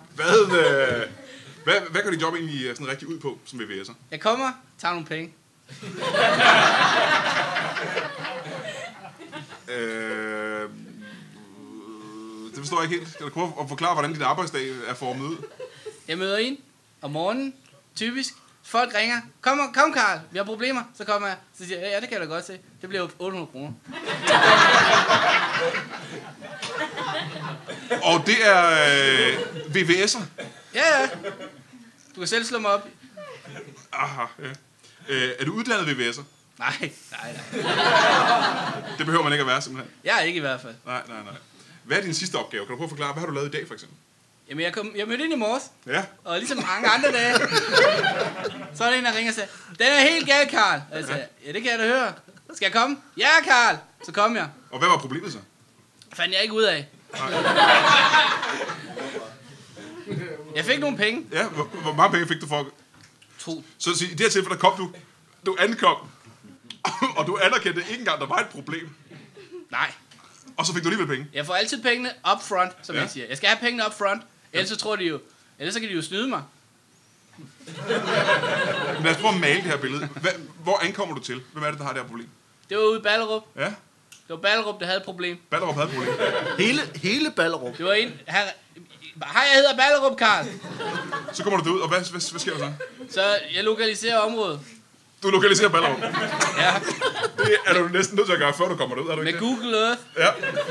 S1: Hvad går dit job egentlig sådan rigtig ud på som VVS'er?
S2: Jeg kommer, tager nogle penge.
S1: Det forstår jeg ikke helt. Kan du prøve at forklare, hvordan dit arbejdsdag er formet ud?
S2: Jeg møder en om morgenen, typisk. Folk ringer. Kom Karl, vi har problemer. Så kommer jeg. Så siger jeg, ja, det kan jeg da godt se. Det bliver 800 kroner.
S1: Og det er VVS'er?
S2: Ja. Du kan selv slå mig op.
S1: Aha, ja. Er du uddannet VVS'er?
S2: Nej.
S1: Det behøver man ikke at være, simpelthen.
S2: Jeg er ikke i hvert fald.
S1: Nej. Hvad er din sidste opgave? Kan du prøve at forklare, hvad har du lavet i dag, for eksempel?
S2: Jamen, jeg mødte ind i morges.
S1: Ja.
S2: Og ligesom mange andre dage, så er der en, der ringer og siger, den er helt gal, Karl. Og jeg sagde, ja, det kan jeg da høre. Skal jeg komme? Ja, Karl. Så kom jeg.
S1: Og hvad var problemet så?
S2: Fandt jeg ikke ud af. Jeg fik nogle penge.
S1: Ja, hvor mange penge fik du for?
S2: 2.
S1: Så i det her tilfælde, der kom du ankom, og du anerkendte ikke engang, der var et problem.
S2: Nej.
S1: Og så fik du alligevel penge.
S2: Jeg får altid pengene up front, som jeg siger. Jeg skal have pengene up front, ellers så tror de jo, ellers så kan de jo snyde mig.
S1: Men lad os prøve at male det her billede. Hvor ankommer du til? Hvem er det, der har det her problem?
S2: Det var ude i Ballerup.
S1: Ja,
S2: Det var Ballerup, der havde et problem.
S1: Ballerup havde et problem.
S3: Hele Ballerup.
S2: Det var en... Hej, jeg hedder Ballerup, Karl.
S1: Så kommer du derud, og hvad sker der så?
S2: Så jeg lokaliserer området.
S1: Du lokaliserer Ballerup.
S2: Ja,
S1: Det er du næsten nødt til at gøre, før du kommer derud, er du
S2: med
S1: ikke det?
S2: Google Earth.
S1: Ja.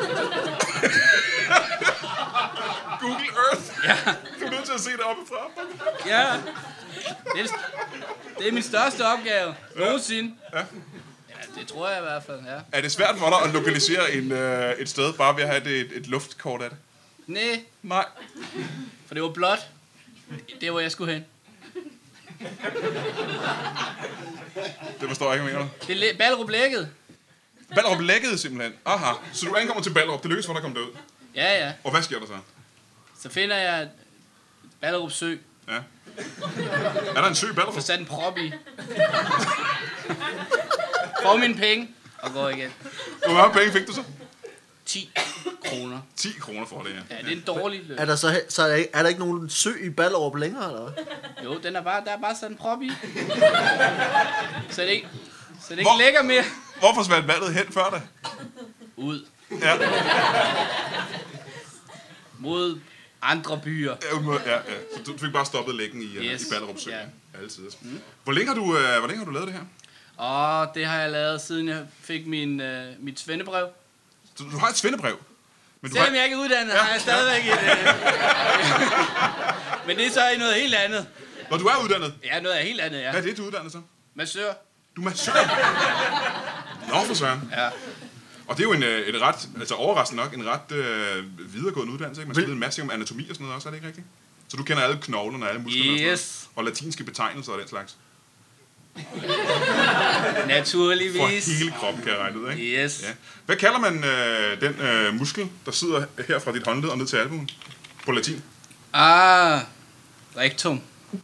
S1: Google Earth.
S2: Ja,
S1: Du er nødt til at se det oppefra.
S2: ja. Det er min største opgave. Nogensinde.
S1: Ja.
S2: Ja, det tror jeg i hvert fald, ja.
S1: Er det svært for dig at lokalisere et sted, bare ved at have et luftkort af det?
S2: Nej,
S1: Nej.
S2: for det var blot. Det hvor jeg skulle hen.
S1: Det forstår jeg ikke, hvad mener du?
S2: Det er Ballerup lækket.
S1: Ballerup lækkede simpelthen. Aha. Så du ankommer til Ballerup. Det lykkes for dig at komme derud.
S2: Ja, ja.
S1: Og hvad sker der så?
S2: Så finder jeg Ballerup Sø.
S1: Ja. Er der en sø i Ballerup?
S2: Får sat en prop i. Får mine penge. Og går igen.
S1: Hvor mange penge fik du så?
S2: 10 kroner.
S1: 10 kroner for det, ja.
S2: Ja, det er en dårlig løn.
S3: Er der ikke nogen sø i Ballerup længere, eller hvad?
S2: Jo, der er bare sat en prop i. Så det ikke
S1: Hvor-
S2: lægger mere.
S1: Hvor forsvandt vandet hen før det?
S2: Ud.
S1: Ja.
S2: Mod andre byer.
S1: Ja. Så du fik bare stoppet læggen i
S2: Yes.
S1: Ballerup Sø.
S2: Ja.
S1: Altid. Hvor længe har du lavet det her?
S2: Og det har jeg lavet, siden jeg fik mit svendebrev.
S1: Så du har et svendebrev. Men du
S2: Selvom jeg ikke er uddannet, har jeg stadigvæk et... Men det er så i noget helt andet.
S1: Når du er uddannet,
S2: Ja, noget helt andet, ja.
S1: hvad er det, du er uddannet så?
S2: Massør.
S1: Du er massør. Nå, for søren.
S2: Ja.
S1: Og det er jo en ret, altså overraskende nok, en ret videregående uddannelse, ikke? Man skal vide en masse om anatomi og sådan noget også, er det ikke rigtigt? Så du kender alle knoglerne og alle musklerne og sådan noget?
S2: Yes.
S1: Og latinske betegnelser og den slags.
S2: Naturligvis.
S1: For hele kroppen, kan jeg regne ud, ikke?
S2: Yes.
S1: Ja. Hvad kalder man den muskel, der sidder her fra dit håndled og ned til albuen? På latin?
S2: Rektum.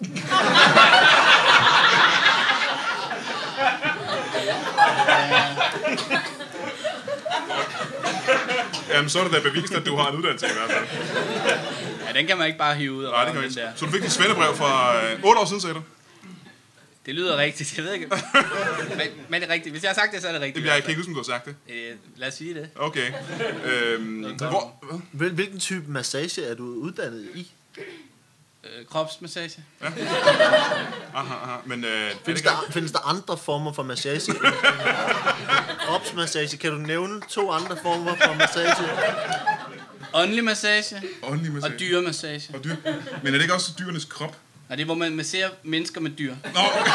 S1: Jamen, så er det da bevist, at du har en uddannelse i hvert fald.
S2: Ja, den kan man ikke bare hive ud af
S1: Nej, det kan
S2: røven,
S1: jeg
S2: den
S1: ikke.
S2: der.
S1: Så du fik dit svendebrev for 8 år siden, sagde du?
S2: Det lyder rigtigt, jeg ved ikke. Men det er rigtigt. Hvis jeg har sagt det, så er det rigtigt.
S1: Jeg kan ikke huske, om du har sagt det.
S2: Lad os sige det.
S1: Okay. Hvad?
S3: Hvilken type massage er du uddannet i?
S2: Kropsmassage.
S1: Aha. Men
S3: Findes der andre former for massage? Kropsmassage. Kan du nævne 2 andre former for massage?
S2: Åndelig massage
S1: åndelig massage.
S2: og dyremassage.
S1: Og dyr. Men er det ikke også dyrenes krop?
S2: Og det er, hvor man masserer mennesker med dyr.
S1: Nå, okay.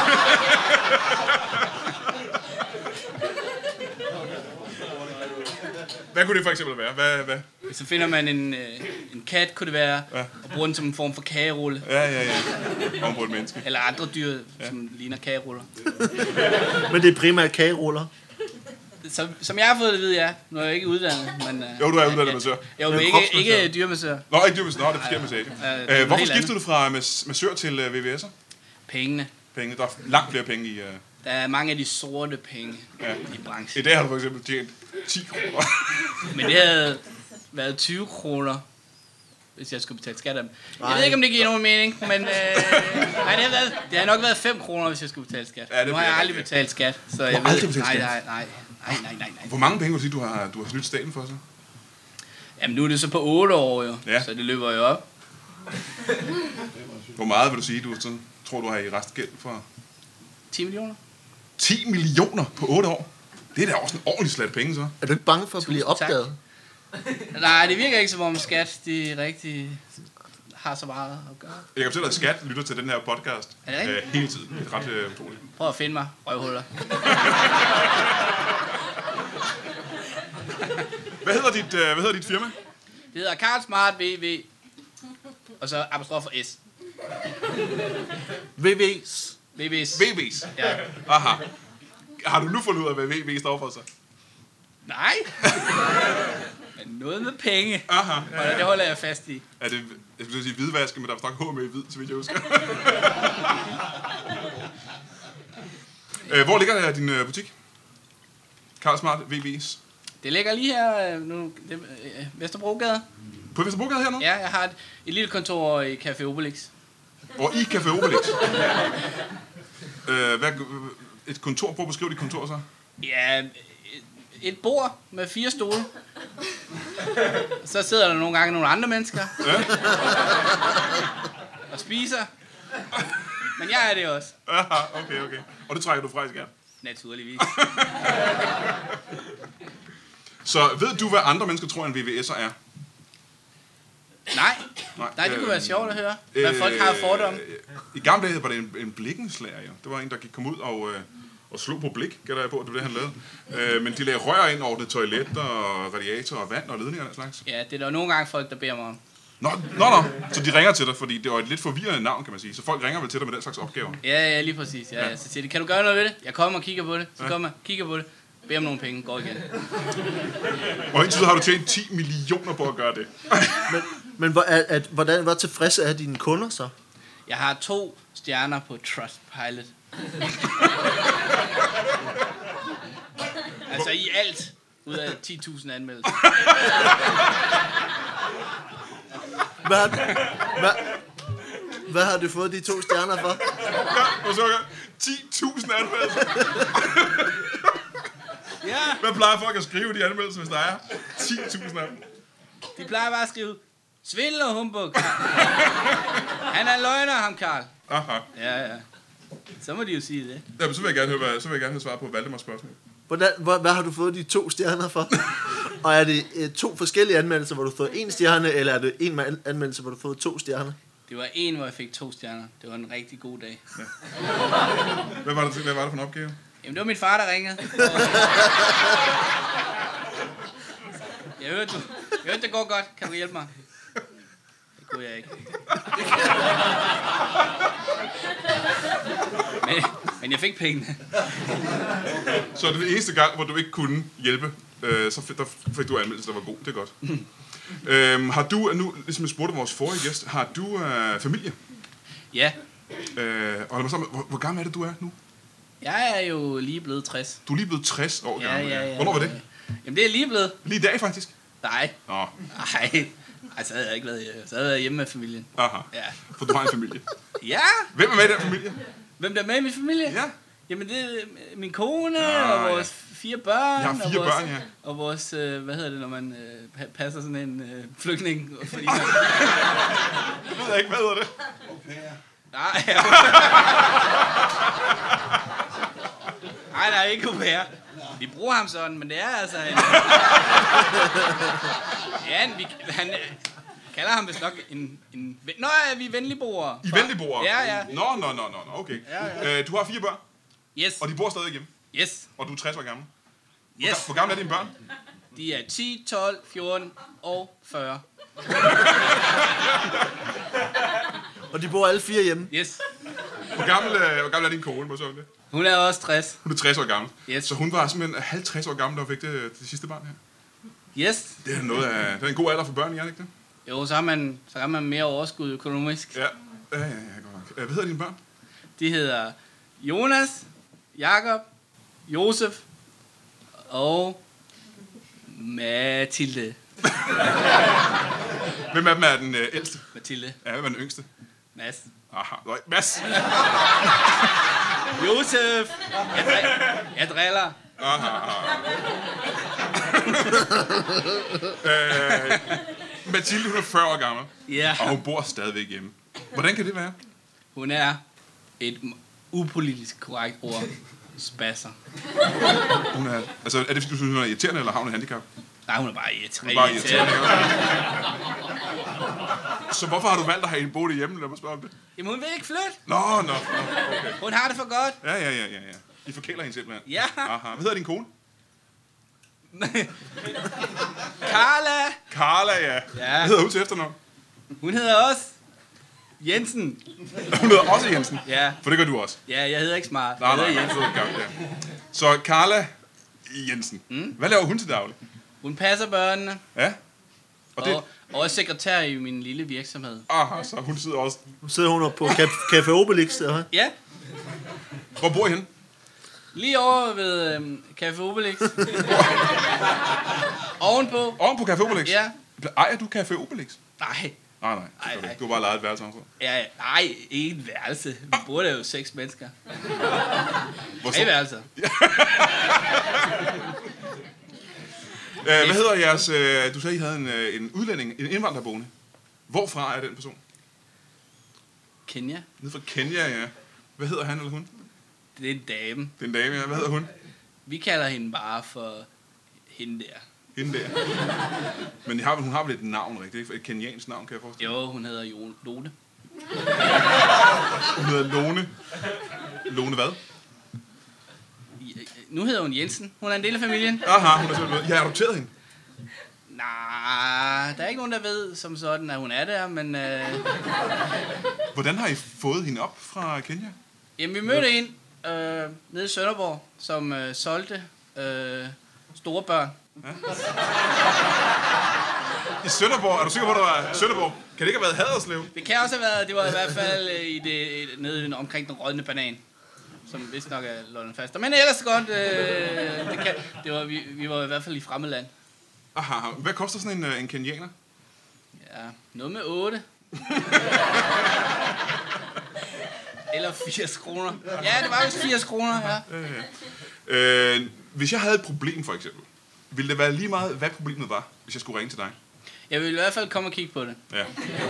S1: Hvad kunne det for eksempel være? Hvad?
S2: Så finder man en kat, kunne det være, og bruger den som en form for kagerulle.
S1: Ja. Om på et menneske.
S2: Eller andre dyr, som ligner kageruller.
S3: Men det er primært kageruller.
S2: Som jeg har fået det at vide, ja. Nu er jeg ikke uddannet, men...
S1: Jo, du er uddannet massør.
S2: Jo, men ikke dyremassør.
S1: Nå, ikke dyrmassør. Nå, det er forkert massage.
S2: Ja,
S1: Hvorfor
S2: helt
S1: skiftede du fra massør til VVS'er?
S2: Pengene.
S1: Penge. Der er langt flere penge i...
S2: Der er mange af de sorte penge i
S1: I
S2: branchen.
S1: dag har du for eksempel tjent 10 kroner.
S2: Men det havde været 20 kroner, hvis jeg skulle betale skat af dem. Jeg ved ikke, om det giver nogen mening, men nej, det har nok været 5 kroner, hvis jeg skulle betale skat.
S1: Ja,
S2: Nu har jeg aldrig betalt skat, så jeg
S3: aldrig
S2: ved...
S3: betalt skat?
S2: Nej.
S1: Hvor mange penge vil du sige, du har snydt staten for så?
S2: Jamen, nu er det så på 8 år jo,
S1: Ja.
S2: så det løber jo op.
S1: Hvor meget vil du sige, du sådan, tror, du har i restgæld for?
S2: 10 millioner.
S1: 10 millioner på 8 år? Det er da også en ordentlig slat penge, så.
S3: Er du ikke bange for at blive
S2: Tusind tak.
S3: opdaget?
S2: Nej, det virker ikke som om skat, de rigtig har så meget at gøre.
S1: Jeg kan fortælle, at Skat lytter til den her podcast
S2: Er det rigtigt?
S1: hele tiden. Det er ret utroligt.
S2: Prøv at finde mig, røvhuller.
S1: Hvad hedder dit firma?
S2: Det hedder Carl Smart VV, og så apostrof for S.
S3: VV's.
S2: VV's.
S1: VV's.
S2: Ja.
S1: Aha. Har du nu fundet ud af, hvad VV står for så?
S2: Nej. Men noget med penge.
S1: Aha.
S2: Og det holder jeg fast i.
S1: Er det, jeg skulle sige hvidvaske, men der er nok H med i hvid, så vidt jeg husker. Hvor ligger der din butik? Carl Smart VV's.
S2: Det ligger lige her, Vesterbrogade.
S1: På Vesterbrogade her nu?
S2: Ja, jeg har et lille kontor i Café Obelix.
S1: Og i Café Obelix. Et kontor, prøv at beskrive dit kontor så.
S2: Ja, et bord med 4 stole. Så sidder der nogle gange nogle andre mennesker. Ja. Og spiser. Men jeg er det også.
S1: Aha, okay. Og det trækker du fra, gerne?
S2: Naturligvis.
S1: Så ved du, hvad andre mennesker tror, en VVS'er er?
S2: Nej, det kunne være sjovt at høre, hvad folk har fordomme.
S1: I gamle dage var det en blikkenslager, jo. Det var en, der kom ud og slog på blik, gætter jeg på, det var det, han lavede. Men de lagde rør ind over det toilet og radiator og vand og ledninger og den slags.
S2: Ja, det er der nogle gange folk, der beder mig om.
S1: Nå. Så de ringer til dig, fordi det var et lidt forvirrende navn, kan man sige. Så folk ringer vel til dig med den slags opgaver?
S2: Ja, lige præcis. Ja. Så siger de, kan du gøre noget ved det? Jeg kommer og kigger på det. Så kommer jeg, kigger på det. Beder om nogle penge, går igen.
S1: Og indtil har du tjent 10 millioner på at gøre det.
S3: Men hvor tilfredse er dine kunder så?
S2: Jeg har 2 stjerner på Trustpilot. Altså i alt, ud af 10.000 anmeldelser.
S3: Hvad har du fået de 2 stjerner for?
S1: Ja, 10.000 anmeldelser.
S2: Ja.
S1: Hvad plejer folk at skrive de anmeldelser, hvis der er 10.000 af dem?
S2: De plejer bare at skrive, svindel og humbug. Han er løgner, ham Karl.
S1: Aha.
S2: Ja. Så må de jo sige det.
S1: Jamen, så vil jeg gerne høre svar på Valdemars spørgsmål.
S3: Hvad har du fået de 2 stjerner for? Og er det 2 forskellige anmeldelser, hvor du har fået 1 stjerne, eller er det en anmeldelse, hvor du har fået 2 stjerner?
S2: Det var en, hvor jeg fik 2 stjerner. Det var en rigtig god dag. Ja.
S1: Hvad var det for en opgave?
S2: Jamen, det var min far, der ringede. Jeg hørte, det går godt. Kan du hjælpe mig? Det kunne jeg ikke. Men jeg fik pengene.
S1: Så det eneste gang, hvor du ikke kunne hjælpe, så fik du anmeldelse, der var god. Det er godt. Har du, nu ligesom jeg spurgte vores forrige gæst, har du familie?
S2: Ja.
S1: Og hvor gammel er det, du er nu?
S2: Jeg er jo lige blevet 60.
S1: Du er lige blevet 60 år gammel.
S2: Ja.
S1: Hvornår var det?
S2: Jamen, det er lige blevet.
S1: Lige i dag, faktisk?
S2: Nej.
S1: Nå.
S2: Nej. Så havde jeg ikke været hjemme. Så havde jeg været hjemme med familien.
S1: Aha.
S2: Ja.
S1: For du har en familie.
S2: Ja.
S1: Hvem er med i den familie?
S2: Hvem der er med i min familie?
S1: Ja.
S2: Jamen, det er min kone og vores 4 børn.
S1: Jeg har 4 børn, ja.
S2: Og vores, hvad hedder det, når man passer sådan en flygtning? Fordi man...
S1: Jeg ved ikke, hvad hedder det?
S2: Nej, nej, ikke au pair. Vi bruger ham sådan, men det er altså en... Ja, han kalder ham vist nok en... Nå, ja, vi er venligboere.
S1: I venligboere?
S2: Ja.
S1: Nå, okay.
S2: Ja.
S1: Du har 4 børn?
S2: Yes.
S1: Og de bor stadig hjemme?
S2: Yes.
S1: Og du er 60 år gammel?
S2: Yes.
S1: Hvor gamle er dine børn?
S2: De er 10, 12, 14 og 40.
S3: Og de bor alle 4 hjemme?
S2: Yes.
S1: Hvor gammel er din kone, må så det?
S2: Hun er også 60.
S1: Hun er 60 år gammel.
S2: Yes.
S1: Så hun var simpelthen 50 år gammel, da hun fik det sidste barn her.
S2: Yes.
S1: Det er noget af... Det er en god alder for børn, ikke det?
S2: Jo, så har man mere overskud økonomisk.
S1: Ja, godt nok. Hvad hedder dine børn?
S2: De hedder Jonas, Jakob, Josef og Mathilde.
S1: Hvem af dem er den ældste?
S2: Mathilde.
S1: Ja, hvem er den yngste?
S2: Mads.
S1: Aha, Mads.
S2: Josef. Jeg driller.
S1: Mathilde, hun er 40 år gammel.
S2: Ja.
S1: Og hun bor stadigvæk hjemme. Hvordan kan det være?
S2: Hun er et upolitisk korrekt ord. Spasser.
S1: Hun er, altså, er det fordi, du synes, hun er irriterende, eller har hun et handicap?
S2: Nej, hun er bare irriterende.
S1: Hun er bare irriterende. Så hvorfor har du valgt at have en bolig hjemme, lad mig spørge om det?
S2: Jamen, hun vil ikke flytte.
S1: Nå, okay.
S2: Hun har det for godt.
S1: Ja. I forkæler hende simpelthen.
S2: Ja.
S1: Aha. Hvad hedder din kone?
S2: Carla,
S1: ja.
S2: Ja.
S1: Hvad hedder hun til efternavn?
S2: Hun hedder også Jensen.
S1: Hun hedder også Jensen?
S2: Ja.
S1: For det gør du også?
S2: Ja, jeg hedder ikke Smart.
S1: Nej,
S2: Jeg hedder Jensen.
S1: ja. Så Carla Jensen. Hvad laver hun til daglig?
S2: Hun passer børnene.
S1: Ja.
S2: Og er sekretær i min lille virksomhed.
S1: Aha, så hun sidder også...
S3: Nu sidder hun på Café Obelix, der.
S2: Ja.
S1: Hvor bor I henne?
S2: Lige over ved Café Obelix. Ovenpå.
S1: Oven på Café Obelix?
S2: Ja.
S1: Ejer du Café Obelix?
S2: Nej.
S1: Nej. Du har bare lejet et værelse om.
S2: Ja, nej, ikke et værelse. Vi bor der jo 6 mennesker.
S1: Hvor
S2: 3 værelser.
S1: Hvad hedder jeres... du sagde, I havde en udlænding, en indvandrerboende. Hvorfra er den person?
S2: Kenya.
S1: Nede fra Kenya, ja. Hvad hedder han eller hun?
S2: Det er en dame.
S1: Det er en dame, ja. Hvad hedder hun?
S2: Vi kalder hende bare for hende der.
S1: Hende der. Men hun har vel et navn, rigtigt? Et kenyansk navn, kan jeg forestille mig?
S2: Jo, hun hedder Lone.
S1: Hun hedder Lone. Lone hvad?
S2: Nu hedder hun Jensen. Hun er en del af familien.
S1: Aha, hun er selvfølgelig. Jeg har adopteret hende.
S2: Nej, der er ikke nogen, der ved som sådan, at hun er der, men...
S1: Hvordan har I fået hende op fra Kenya?
S2: Jamen, vi mødte en nede i Sønderborg, som solgte store børn.
S1: Ja. I Sønderborg? Er du sikker på, at det var Sønderborg? Kan det ikke have været Haderslev?
S2: Det kan også have været, det var i hvert fald nede omkring den rådne banan, som vist nok er London Faster. Men ellers godt, vi var i hvert fald i fremmedland.
S1: Aha, hvad koster sådan en kenianer?
S2: Ja, noget med 8. Eller 80 kroner. Ja, det var vist 80 kroner, ja.
S1: Hvis jeg havde et problem, for eksempel, ville det være lige meget, hvad problemet var, hvis jeg skulle ringe til dig?
S2: Jeg ville i hvert fald komme og kigge på det.
S1: Ja.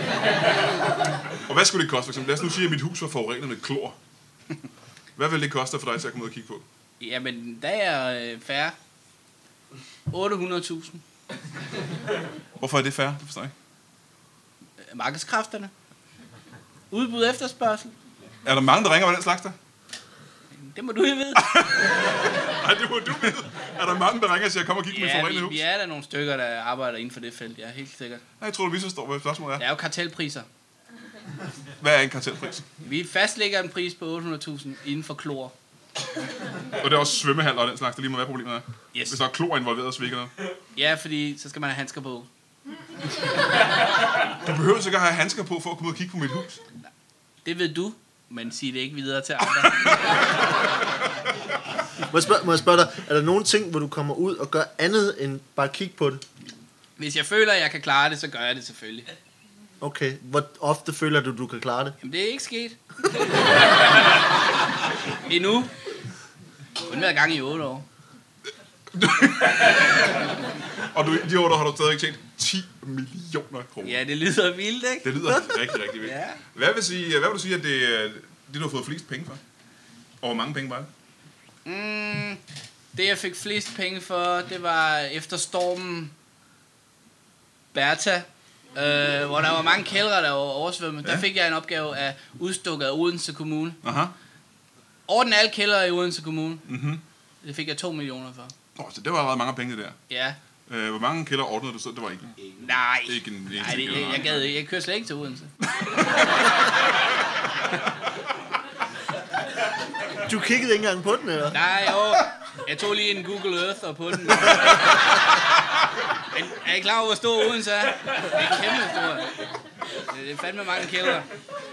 S1: Og hvad skulle det koste, for eksempel? Lad os nu sige, at mit hus var forurenet med klor. Hvad ville det koste for dig til at komme ud og kigge på?
S2: Jamen, der er færre. 800.000.
S1: Hvorfor er det fair? Det forstår jeg ikke.
S2: Markedskræfterne. Udbud efterspørgsel.
S1: Er der mange, der ringer på den slags der?
S2: Det må du jo vide.
S1: Nej, det må du vide. Er der mange, der ringer og siger, kom og kigge på mit forurenede hus?
S2: Vi er der nogle stykker, der arbejder inden for det felt, ja, helt sikkert.
S1: Nej, jeg tror, du misforstår, hvad spørgsmålet er.
S2: Der er jo kartelpriser.
S1: Hvad er en kartelpris?
S2: Vi fastlægger en pris på 800.000 inden for klor.
S1: Og det er også svømmehaller og den slags, der lige må være problemet er.
S2: Yes.
S1: Hvis der er klor involveret, så virker noget.
S2: Ja, fordi så skal man have handsker på.
S1: Du behøver sikkert have handsker på, for at komme ud og kigge på mit hus.
S2: Det ved du, men sig det ikke videre til andre.
S3: Må jeg spørge dig, er der nogle ting, hvor du kommer ud og gør andet end bare kigge på det?
S2: Hvis jeg føler, at jeg kan klare det, så gør jeg det selvfølgelig.
S3: Okay, hvor ofte føler du kan klare det?
S2: Jamen, det er ikke sket. Endnu. Kun været gang i 8 år.
S1: Og du, de 8 år har du stadig tjent 10 millioner kroner.
S2: Ja, det lyder vildt, ikke?
S1: Det lyder rigtig, rigtig vildt.
S2: Ja.
S1: Hvad vil du sige, at det du har fået flest penge for? Og hvor mange penge var det?
S2: Det, jeg fik flest penge for, det var efter stormen Bertha, hvor der var mange kældre, der var oversvømmet. Ja. Der fik jeg en opgave af udstukket af Odense Kommune.
S1: Aha.
S2: Orden alle kældre i Odense Kommune.
S1: Mhm.
S2: Det fik jeg 2 millioner for.
S1: Så det var allerede mange penge, det der.
S2: Ja.
S1: Hvor mange kælder ordnede du så? Det var ikke.
S2: Nej.
S1: Ikke en
S2: Nej, jeg gad ikke. Jeg kører slet ikke til Odense.
S3: Du kiggede ikke engang på den, eller?
S2: Nej, jo. Jeg tog lige en Google Earth og på den. Men er I klar over, hvor stor Odense er? Det er kæmpe stor. Det er fandme mange kælder.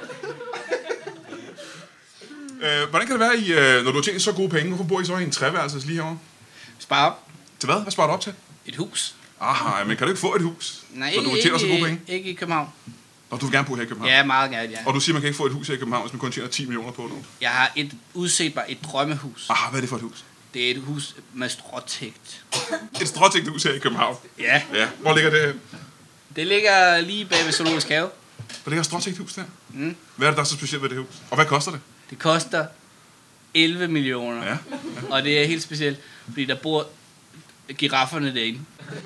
S1: Hvordan kan det være, når du har tjent så gode penge, hvorfor bor I så i en treværelses lige herovre?
S2: Spar op.
S1: Til hvad? Hvad sparer du op til?
S2: Et hus.
S1: Aha, men kan du ikke få et hus?
S2: Nej,
S1: så du tjener så gode penge?
S2: Ikke i København.
S1: Og du vil gerne bo her i København?
S2: Ja, meget gerne, ja.
S1: Og du siger, man kan ikke få et hus her i København, hvis man kun tjener 10 millioner på det?
S2: Jeg har udset mig et drømmehus.
S1: Aha, hvad er det for et hus?
S2: Det er et hus med stråtægt.
S1: Et stråtægt hus her i København?
S2: Ja.
S1: Ja. Hvor ligger det?
S2: Det ligger lige bag ved Zoologisk Have.
S1: Hvor ligger et stråtægt hus der?
S2: Mm.
S1: Hvad er det, der er så specielt ved det hus? Og hvad koster det?
S2: Det koster 11 millioner.
S1: Ja.
S2: Og det er helt specielt, fordi der bor girafferne derinde.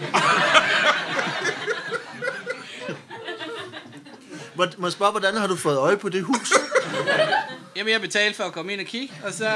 S3: Må jeg spørge, hvordan har du fået øje på det hus?
S2: Jamen, jeg betalte for at komme ind og kigge, og så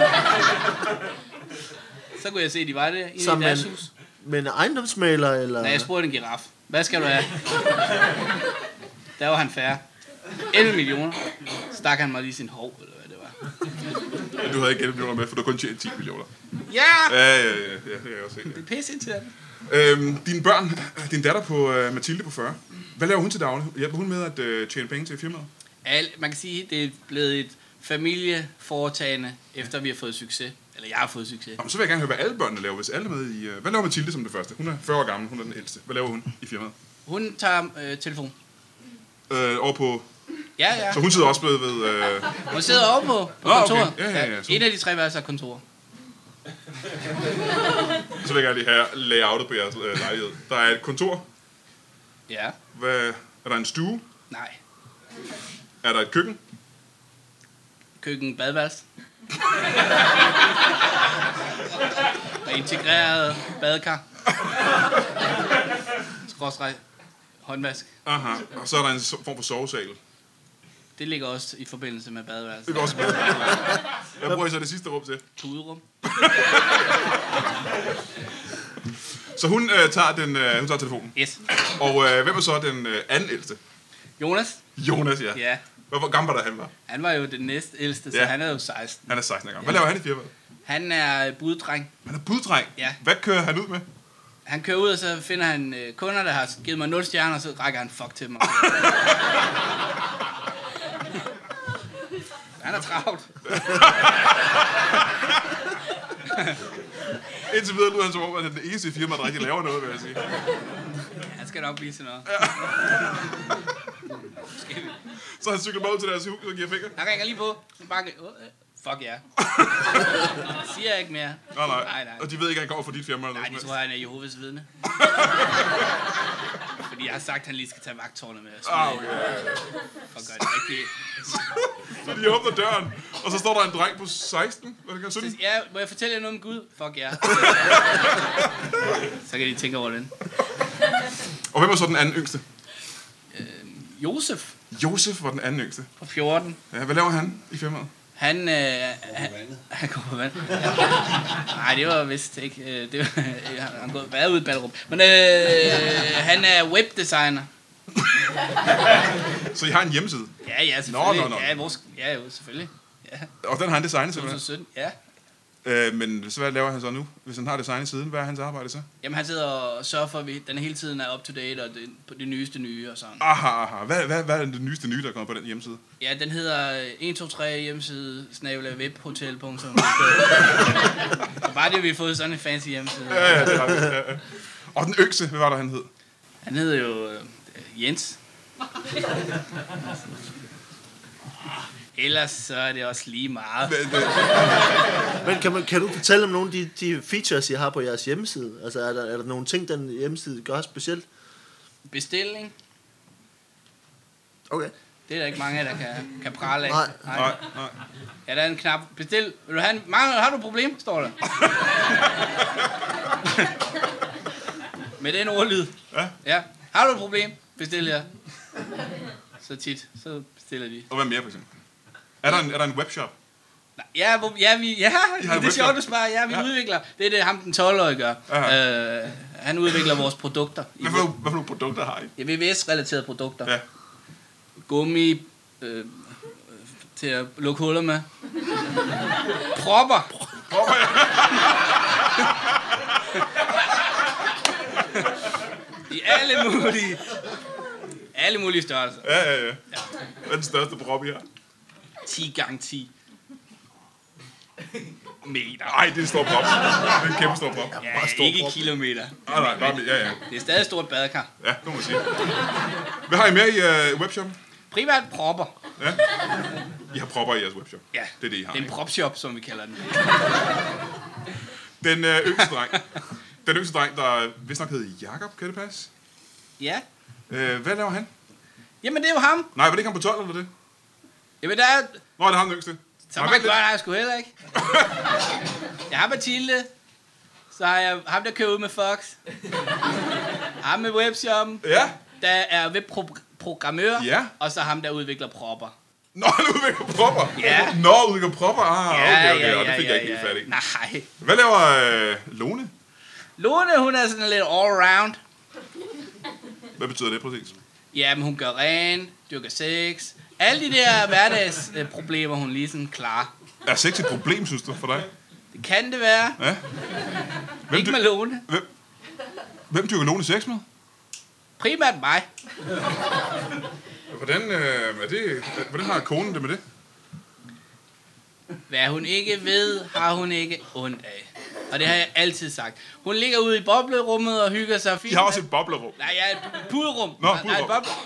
S2: kunne jeg se, at de var der inde i deres hus.
S3: Med en ejendomsmaler, eller?
S2: Nej, jeg spurgte en giraf. Hvad skal du have? Der var han færre. 11 millioner. Stak han mig lige sin hov, eller hvad det var.
S1: Ja, du havde ikke 11 millioner med, for du kun tjent 10 millioner.
S2: Ja!
S1: Ja, det kan jeg også se.
S2: Det er pisse irriterende.
S1: Dine børn, din datter på Mathilde på 40, hvad laver hun til daglig? Hjælper hun med at tjene penge til firmaet?
S2: Man kan sige, at det er blevet et familieforetagende, efter vi har fået succes. Eller jeg har fået succes.
S1: Jamen, så vil jeg gerne høre, hvad alle børnene laver, hvis alle er med i... Hvad laver Mathilde som det første? Hun er 40 år gammel, hun er den ældste. Hvad laver hun i firmaet?
S2: Hun tager telefon.
S1: Over på...
S2: Ja.
S1: Så hun sidder også ved...
S2: Hun sidder over på kontoret.
S1: Okay. Ja.
S2: En af de 3 værelser kontorer.
S1: Så vil jeg gerne lige have layoutet på jeres lejlighed. Der er et kontor.
S2: Ja.
S1: Er der en stue?
S2: Nej.
S1: Er der et køkken?
S2: Køkken, badeværelse. Med integreret badekar. Skråstreg. Håndvask.
S1: Aha. Og så er der en form for sovesal.
S2: Det ligger også i forbindelse med badeværelse.
S1: Det er også Hvad bruger I så det sidste rum til?
S2: Puderum.
S1: Så hun tager telefonen.
S2: Yes.
S1: Og hvem er så den anden ældste?
S2: Jonas?
S1: Jonas, ja.
S2: Ja.
S1: Hvor gammel var det, han var?
S2: Han var jo den næste ældste, så
S1: Ja.
S2: han er jo 16.
S1: Han er 16 år gammel. Hvad laver han i firmaet?
S2: Han er buddreng.
S1: Han er buddreng.
S2: Ja.
S1: Hvad kører han ud med?
S2: Han kører ud, og så finder han kunder, der har givet mig 0 stjerner, og så rækker han fuck til mig. Han er travlt.
S1: Indtil videre nu er han som om, at han er den eneste i firmaet, der rigtig laver noget, vil jeg sige.
S2: Han skal nok blive til noget.
S1: Så han cykler mig ud til deres hus og giver fingre.
S2: Han ringer lige på. Fuck ja. Siger jeg ikke mere.
S1: Nej. Og de ved ikke, at han kommer fra dit firma eller
S2: Nej,
S1: noget.
S2: de tror, han er Jehovas vidne. Fordi jeg har sagt, at han lige skal tage vagtårnet med os.
S1: Okay.
S2: For at gøre det rigtigt.
S1: Så de åbner døren, og så står der en dreng på 16. Hvad kan 17?
S2: Ja, må jeg fortælle jer noget om Gud? Fuck ja. Så kan de tænke over den.
S1: Og hvem var så den anden yngste?
S2: Josef
S1: Josef var den anden yngste.
S2: på 14.
S1: Ja, hvad laver han i firmaet?
S2: Han går på vand. Nej, det var vist ikke. Det var, han har været ude i Ballerup. Men han er webdesigner.
S1: Så I har en hjemmeside?
S2: Ja, selvfølgelig.
S1: Nå.
S2: Ja, jo, selvfølgelig. Ja.
S1: Og den har han designet simpelthen?
S2: 2017, ja.
S1: Men så hvad laver han så nu? Hvis han har designet siden, hvad er hans arbejde så?
S2: Jamen, han sidder og sørger for, at den hele tiden er up to date, og det nyeste nye og sådan.
S1: Aha. Hvad er det nyeste nye, der kommer på den hjemmeside?
S2: Ja, den hedder 123 hjemmeside /webhotel. Så bare det, vi har fået sådan en fancy hjemmeside.
S1: Ja, det har vi. Ja. Og den yngste, hvad var der, han hed?
S2: Han hedder jo Jens. Ellers så er det også lige meget.
S3: Men kan du fortælle om nogle af de features, I har på jeres hjemmeside? Altså, er der nogle ting, den hjemmeside gør specielt?
S2: Bestilling.
S3: Okay.
S2: Det er der ikke mange af, der kan prale af.
S1: Nej.
S2: Ja, der er en knap. Bestil. Vil du have har du et problem, står der. Med den ordlyd. Ja. Har du et problem? Bestil her. Så tit. Så bestiller de.
S1: Og hvad mere, for eksempel? Er der en webshop?
S2: Ja, det er sjovt, du spørger. Ja, vi udvikler. Det er det, ham den 12-årige gør. Han udvikler vores produkter.
S1: Hvad for nogle produkter har I?
S2: Ja, VVS-relaterede produkter.
S1: Ja.
S2: Gummi til at lukke huller med. Propper. I alle mulige størrelser.
S1: Ja. Hvad er den største prop, I har?
S2: 10x10 meter.
S1: Nej, det er en stor prop. Det er en kæmpe stor prop.
S2: Ja, ikke i kilometer.
S1: Nej, ja.
S2: Det er stadig et stort badekar.
S1: Ja, det må man sige. Hvad har I mere i webshoppen?
S2: Primært propper.
S1: Ja. I har propper i jeres webshop.
S2: Ja,
S1: Det er det, I har.
S2: det er en propshop, som vi kalder den.
S1: Den yngste dreng. Den yngste dreng, der vist nok hedder Jakob, kan det passe?
S2: Ja.
S1: Hvad laver han?
S2: Jamen, det er jo ham.
S1: Nej, var det ikke ham på 12 eller det?
S2: Jamen, der er...
S1: Nå, det er ham den yngste.
S2: Så mange børn har jeg sgu heller ikke. Jeg har Mathilde. Så har jeg ham, der kører ud med Fox. Ham med webshoppen.
S1: Ja.
S2: Der er webprogrammør.
S1: Ja.
S2: Og så ham, der udvikler propper.
S1: Nå, han udvikler propper.
S2: Ja.
S1: Nå, udvikler propper. Okay.
S2: Ja,
S1: Det fik jeg ikke helt fat i.
S2: Nej.
S1: Hvad laver Lone?
S2: Lone, hun er sådan lidt all-round.
S1: Hvad betyder det præcis?
S2: Ja, men hun gør ren, dyrker sex. Alle de der hverdagsproblemer, hun lige sådan klarer.
S1: Er sex et problem, synes du, for dig?
S2: Det kan det være.
S1: Ja.
S2: Ikke med Lone.
S1: Hvem dyrker Lone sex med?
S2: Primært mig.
S1: Hvordan har konen det med det?
S2: Hvad hun ikke ved, har hun ikke ondt af. Og det har jeg altid sagt. Hun ligger ude i boblerummet og hygger sig fint.
S1: De har også et boblerum.
S2: Nej, ja, et puderum.
S1: Nå,
S2: Nej,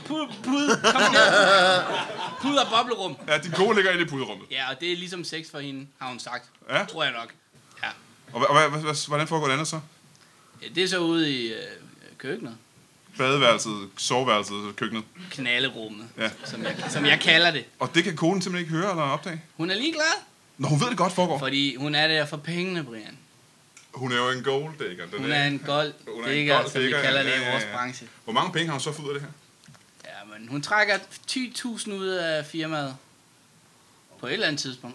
S2: puder og boblerum.
S1: Ja, din kone ligger inde i puderummet.
S2: Ja, og det er ligesom sex for hende, har hun sagt.
S1: Ja.
S2: Tror jeg nok. Ja.
S1: Og hvordan foregår det andet så?
S2: Ja, det er så ude i køkkenet.
S1: Badeværelset, soveværelset, køkkenet.
S2: Knallerummet,
S1: Ja.
S2: som jeg kalder det.
S1: Og det kan konen simpelthen ikke høre eller opdage?
S2: Hun er ligeglad,
S1: Nå, hun ved det godt foregår.
S2: fordi hun er der for pengene, Brian.
S1: Hun er jo en golddigger.
S2: Hun er en golddigger, som vi kalder det i vores branche.
S1: Hvor mange penge har hun så fået ud af det her?
S2: Ja, men hun trækker 10.000 ud af firmaet. På et eller andet tidspunkt.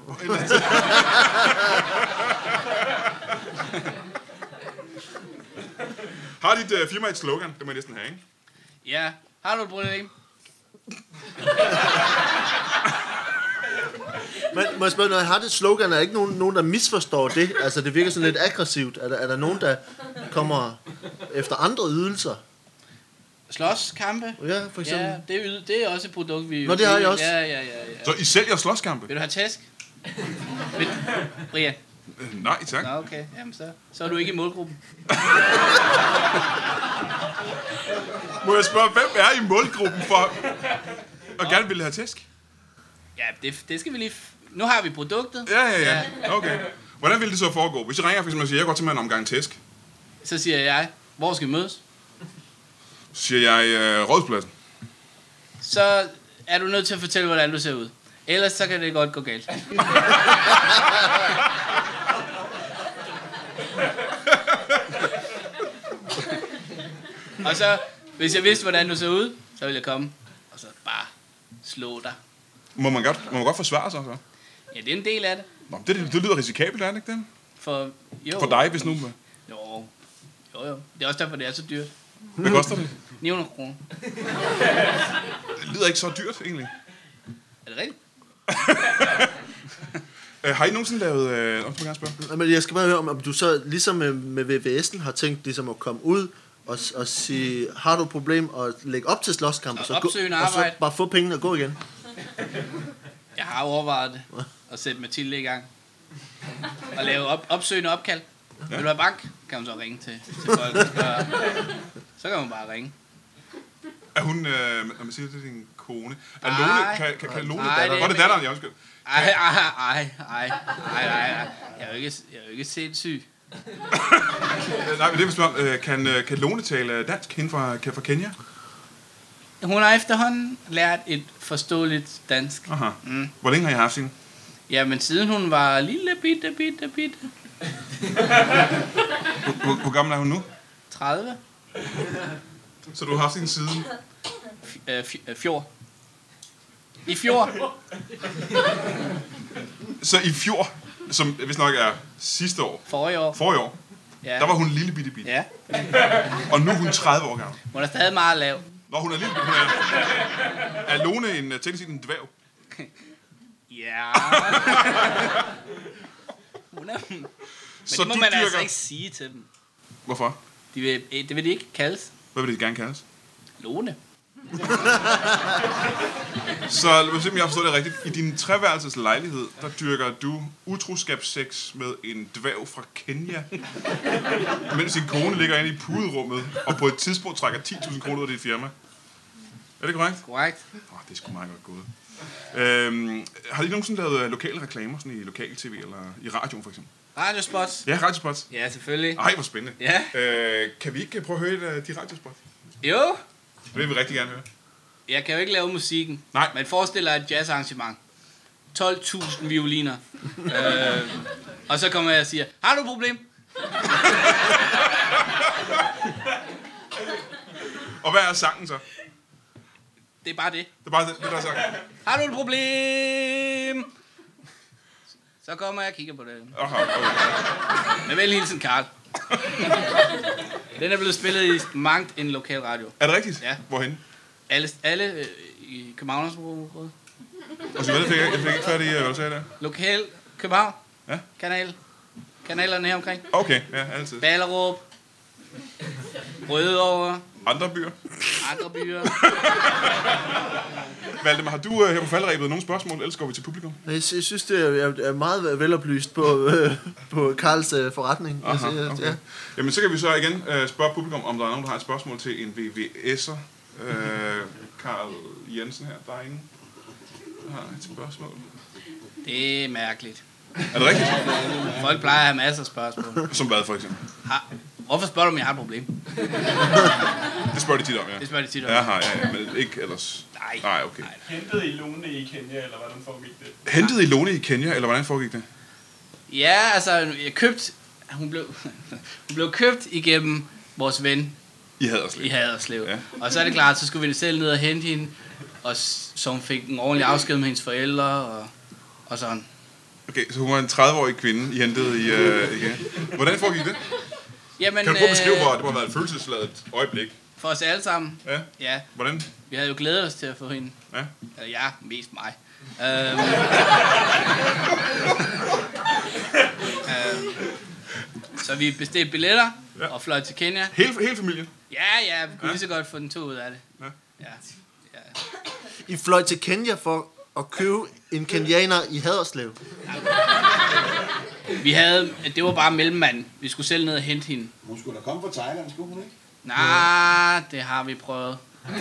S1: Har dit firma et slogan? Det må jeg næsten have, ikke?
S2: Ja, har du et problem?
S3: Men må jeg spørge, når jeg har det slogan, er der ikke nogen, der misforstår det? Altså, det virker sådan lidt aggressivt. Er der nogen, der kommer efter andre ydelser?
S2: Slåskampe?
S3: Ja, for eksempel.
S2: Ja, det er også et produkt, vi...
S3: Nå, det har jeg også.
S2: Ja.
S1: Så I sælger slåskampe?
S2: Vil du have tæsk? Brian?
S1: Nej, tak.
S2: Nå, okay. Jamen, så er du ikke i målgruppen.
S1: Må jeg spørge, hvem er i målgruppen for at gerne ville have tæsk?
S2: Ja, det skal vi lige... Nu har vi produktet.
S1: Ja. Okay. Hvordan vil det så foregå? Hvis jeg ringer for eksempel og siger, jeg går til mig en omgang tæsk,
S2: Så siger jeg, hvor skal vi mødes?
S1: så siger jeg Rådspladsen.
S2: Så er du nødt til at fortælle, hvordan du ser ud. Ellers så kan det godt gå galt. Og så, hvis jeg vidste, hvordan du så ud, så ville jeg komme og så bare slå dig.
S1: Må man godt forsvare sig så?
S2: Ja, det er en del af det.
S1: Nå, det lyder risikabelt, er det ikke det?
S2: For
S1: For dig, hvis nu...
S2: Jo. Det er også derfor, det er så dyrt.
S1: Hvad koster det?
S2: 900 kroner.
S1: Det lyder ikke så dyrt, egentlig.
S2: Er det rigtigt?
S1: Har I nogensinde lavet... må jeg gerne spørge?
S3: Men jeg skal bare høre, om du så ligesom med VVS'en har tænkt ligesom at komme ud og sige, har du et problem, og lægge op til slåskamp, og så bare få pengene og gå igen.
S2: Jeg har overvejet det. At sætte Mathilde i gang. Og lave opsøgende opkald. Ja. Vil du have bank? Kan hun så ringe til folk. Så kan hun bare ringe.
S1: Er hun... når man siger, det er din kone... Er Lone... Kan Lone datter? Var det datteren? Jeg undskyld.
S2: Ej. Jeg er jo ikke sindssyg.
S1: Nej, men det vil spørge, kan Lone tale dansk hende fra Kenya?
S2: Hun har efterhånden lært et forståeligt dansk.
S1: Aha. Hvor længe har I haft hende?
S2: Jamen, siden hun var lille bitte.
S1: Hvor gammel er hun nu?
S2: 30.
S1: Så du har haft hende siden?
S2: Fjord. I fjor.
S1: Så i fjor, som hvis nok er sidste år.
S2: Forrige år. Ja.
S1: Der var hun lille bitte.
S2: Ja.
S1: Og nu er hun 30 år gammel.
S2: Hun er stadig meget lav.
S1: Nå, hun er lille. Er Lone teknisk set en dværg?
S2: Ja. Hun er... Men
S1: så
S2: det må man altså ikke sige til dem.
S1: Hvorfor?
S2: Det vil de ikke kaldes.
S1: Hvad vil de gerne kaldes?
S2: Lone.
S1: Så hvis jeg forstår det rigtigt, i din treværelses lejlighed, der dyrker du utroskabssex med en dværg fra Kenya, mens din kone ligger inde i puderummet, og på et tidspunkt trækker 10.000 kroner ud af dit firma. Er det korrekt?
S2: Korrekt.
S1: Det er sgu meget godt gået. Har I nogensinde lavet lokale reklamer, sådan i lokal-tv eller i radioen for eksempel?
S2: Radiospots?
S1: Ja, radiospots.
S2: Ja, selvfølgelig.
S1: Ej, hvor spændende.
S2: Ja.
S1: Kan vi ikke prøve at høre de radiospots?
S2: Jo.
S1: Det vil vi rigtig gerne høre.
S2: Jeg kan jo ikke lave musikken.
S1: Nej.
S2: Men forestil dig et jazzarrangement. 12.000 violiner. Og så kommer jeg og siger, har du et problem?
S1: Og hvad er sangen så?
S2: Det er bare det.
S1: Det er bare det, der er sangen.
S2: Har du et problem? Så kommer jeg og kigger på det.
S1: Okay.
S2: Med vel hilsen, Karl. Den er blevet spillet i mangt en lokal radio.
S1: Er det rigtigt?
S2: Ja.
S1: Hvorhenne?
S2: Alle i Københavnersområdet.
S1: Og så hvad fik jeg ikke færdig, hvad du sagde der?
S2: Lokal København.
S1: Ja.
S2: Kanalerne her omkring.
S1: Okay, ja, altid.
S2: Ballerup. Rødovre.
S1: Andre byer?
S2: Andre byer.
S1: Valdemar, har du her på faldrebet nogle spørgsmål? Ellers går vi til publikum.
S3: Jeg synes, det er meget veloplyst på Karls forretning.
S1: Aha, okay. Ja. Jamen, så kan vi så igen spørge publikum, om der er nogen, der har et spørgsmål til en VVS'er. Karl Jensen her, derinde. Har et spørgsmål.
S2: Det er mærkeligt.
S1: Er det rigtigt?
S2: Folk plejer at have masser af spørgsmål.
S1: Som hvad, for eksempel?
S2: Hvorfor spørger du, om jeg har et problem?
S1: Det spørger de tit om, ja.
S2: Det spørger de tit om.
S1: Ja, men ikke ellers. Nej, okay.
S5: Hentede I Lone i Kenya, eller hvordan foregik det?
S1: Hentede I Lone i Kenya, eller hvordan foregik det?
S2: Ja, altså, hun blev købt igennem vores ven
S1: I Haderslev.
S2: i Haderslev.
S1: Ja.
S2: Og så er det klart, så skulle vi selv ned og hente hende, og så hun fik en ordentlig afsked med hendes forældre, og sådan.
S1: Okay, så hun var en 30-årig kvinde, I hentede i Kenya. Hvordan foregik det?
S2: Jamen,
S1: Kan du prøve at beskrive, hvor det må have været et følelsesladet øjeblik?
S2: for os alle sammen.
S1: Ja.
S2: Ja,
S1: Hvordan?
S2: vi havde jo glædet os til at få hende.
S1: Ja.
S2: Ja, mest mig. Så vi bestilte billetter og fløj til Kenya.
S1: Hele familien?
S2: Ja, vi kunne lige så godt få den to ud af det. Ja.
S3: I fløj til Kenya for at købe en kenyaner i Haderslev.
S2: Det var bare mellemmanden. Vi skulle selv ned og hente hende.
S6: Hun skulle da komme fra Thailand, skulle hun ikke?
S2: Nej, det har vi prøvet.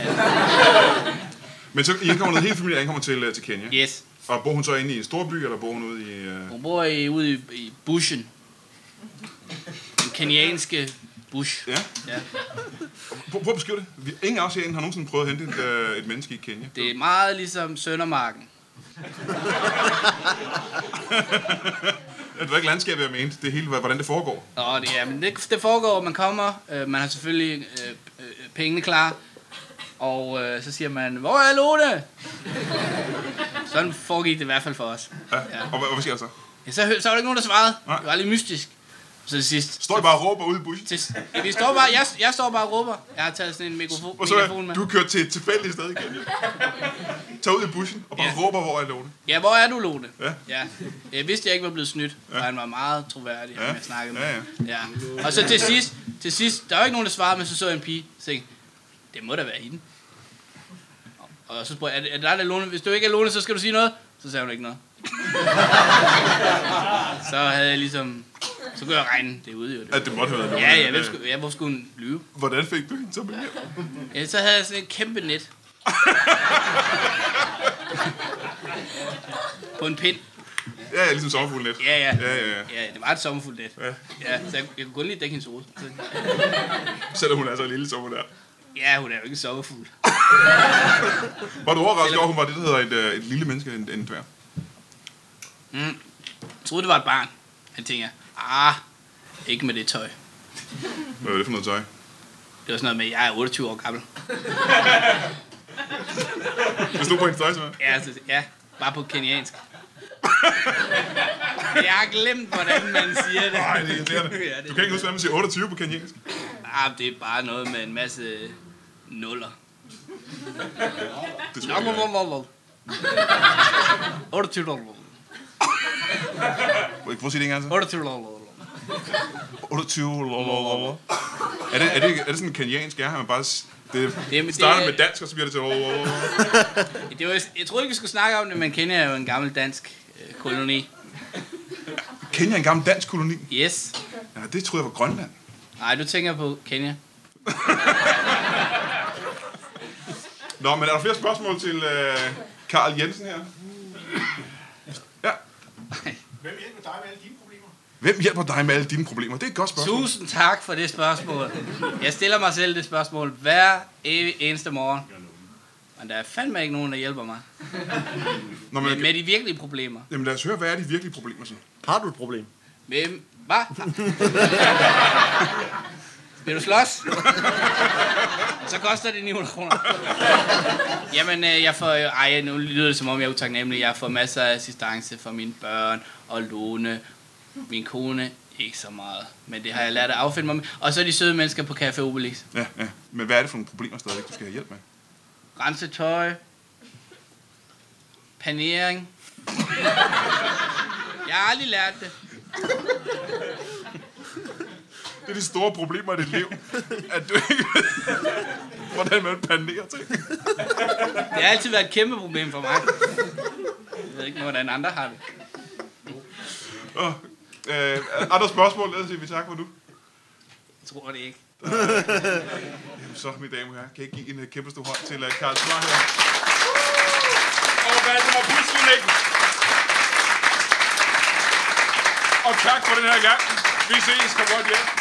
S1: Men så I ankommer hele familien ankommer til Kenya?
S2: Yes.
S1: Og bor hun så inde i en stor by, eller bor hun ude i...
S2: Hun bor ude i bushen. Den kenyanske bush.
S1: Ja?
S2: Ja.
S1: Prøv at beskrive det. Ingen af os herinde har nogensinde prøvet at hente et menneske i Kenya.
S2: Det er meget ligesom Søndermarken.
S1: Det var ikke landskabet, jeg mente. Det er hele, hvordan det foregår.
S2: Men det foregår, man kommer. Man har selvfølgelig pengene klar. Og så siger man, hvor er Lone? Sådan foregik det i hvert fald for os.
S1: Ja. Og hvad sker der så?
S2: Ja, så var der ikke nogen, der svarede.
S1: Nej.
S2: Det var lidt mystisk. Så til sidst...
S1: Står I bare og råber ude i bushen?
S2: Vi står bare, jeg står bare og råber. Jeg har taget sådan en megafon med.
S1: Du kører til et tilfældigt sted i Kenya. Tag ud i bushen og bare råber, hvor er Lone?
S2: Ja, hvor er du, Lone?
S1: Ja.
S2: Jeg vidste, jeg ikke var blevet snydt, og han var meget troværdig,
S1: Ja.
S2: jeg snakkede med.
S1: Ja.
S2: Ja. Og så til sidst, der var ikke nogen, der svarede, men så så jeg en pige, så tænkte, det må da være hende. Og så spurgte jeg, er det dig, der er Lone? Hvis du ikke er Lone, så skal du sige noget. Så sagde hun ikke noget. Så havde jeg ligesom... Så kunne jeg regne det ud, jo.
S1: At det måtte have været Lone.
S2: Ja, hvor skulle hun lyve?
S1: Hvordan fik du hende så med hjem?
S2: Ja, så havde jeg sådan et kæmpe net. På en pind.
S1: Ja, ligesom sommerfuglnet.
S2: Ja.
S1: Ja.
S2: Det var et sommerfuglnet. Ja, så jeg kunne kun lige dække hendes hoved.
S1: Selvom hun er så lille, som hun er.
S2: Ja, hun er jo ikke en sommerfugl.
S1: Var du overrasket over, hun var det, der hedder et lille menneske, en dværg?
S2: Jeg troede, det var et barn. Jeg tænker, ikke med det tøj.
S1: Hvad var det for noget tøj?
S2: Det var sådan noget med, at jeg er 28 år gammel.
S1: Det stod på hendes tøj, simpelthen?
S2: Ja, bare på kenyansk. Jeg har glemt, hvordan man siger det.
S1: Nej, det er irriterende. Du kan ikke huske, hvordan man siger 28 på kenyansk?
S2: Det er bare noget med en masse nuller.
S1: Det tror jeg ikke.
S2: 28 år.
S1: Prøv at sige det en gang så.
S2: 28 år.
S1: 28. Er det sådan en kenyansk, ja? Man bare... Det starter med dansk, og så bliver det til...
S2: Jeg troede ikke, vi skulle snakke om det, men Kenya er jo en gammel dansk koloni.
S1: Kenya er en gammel dansk koloni?
S2: Yes.
S1: Ja, det troede jeg var Grønland.
S2: Nej, du tænker på Kenya.
S1: Nå, men er der flere spørgsmål til Carl Jensen her? Ja.
S6: Hvem hjælper dig med alle dine problemer?
S1: Hvem hjælper dig med alle dine problemer? Det er et godt spørgsmål.
S2: Tusind tak for det spørgsmål. Jeg stiller mig selv det spørgsmål hver eneste morgen. Men der er fandme ikke nogen, der hjælper mig.
S1: Nå, men,
S2: med de virkelige problemer.
S1: Jamen lad os høre, hvad er de virkelige problemer så?
S3: Har du et problem?
S2: Hvem? Hvad? Vil du slås? Så koster det 900 kroner. Jamen, jeg får... nu lyder det som om, jeg er utaknemmelig. Jeg får masser af assistance for mine børn og Lone. Min kone, ikke så meget. Men det har jeg lært at affinde mig med. Og så er de søde mennesker på Café Obelix.
S1: Ja. Men hvad er det for nogle problemer stadigvæk, du skal have hjælp med?
S2: Rense tøj. Panering. Jeg har aldrig lært det.
S1: Det er de store problemer i dit liv. At du ikke ved, hvordan man panerer ting.
S2: Det har altid været et kæmpe problem for mig. Jeg ved ikke, hvordan andre har det.
S1: Andre spørgsmål? Lad os sige, vi tak for nu.
S2: Jeg tror det ikke.
S1: Så, mine damer og herrer, kan I give en kæmpe stor hånd til Carl Smar her. Og Valdemar Puslenik. Og tak for den her gang. Vi ses. Kom godt hjem.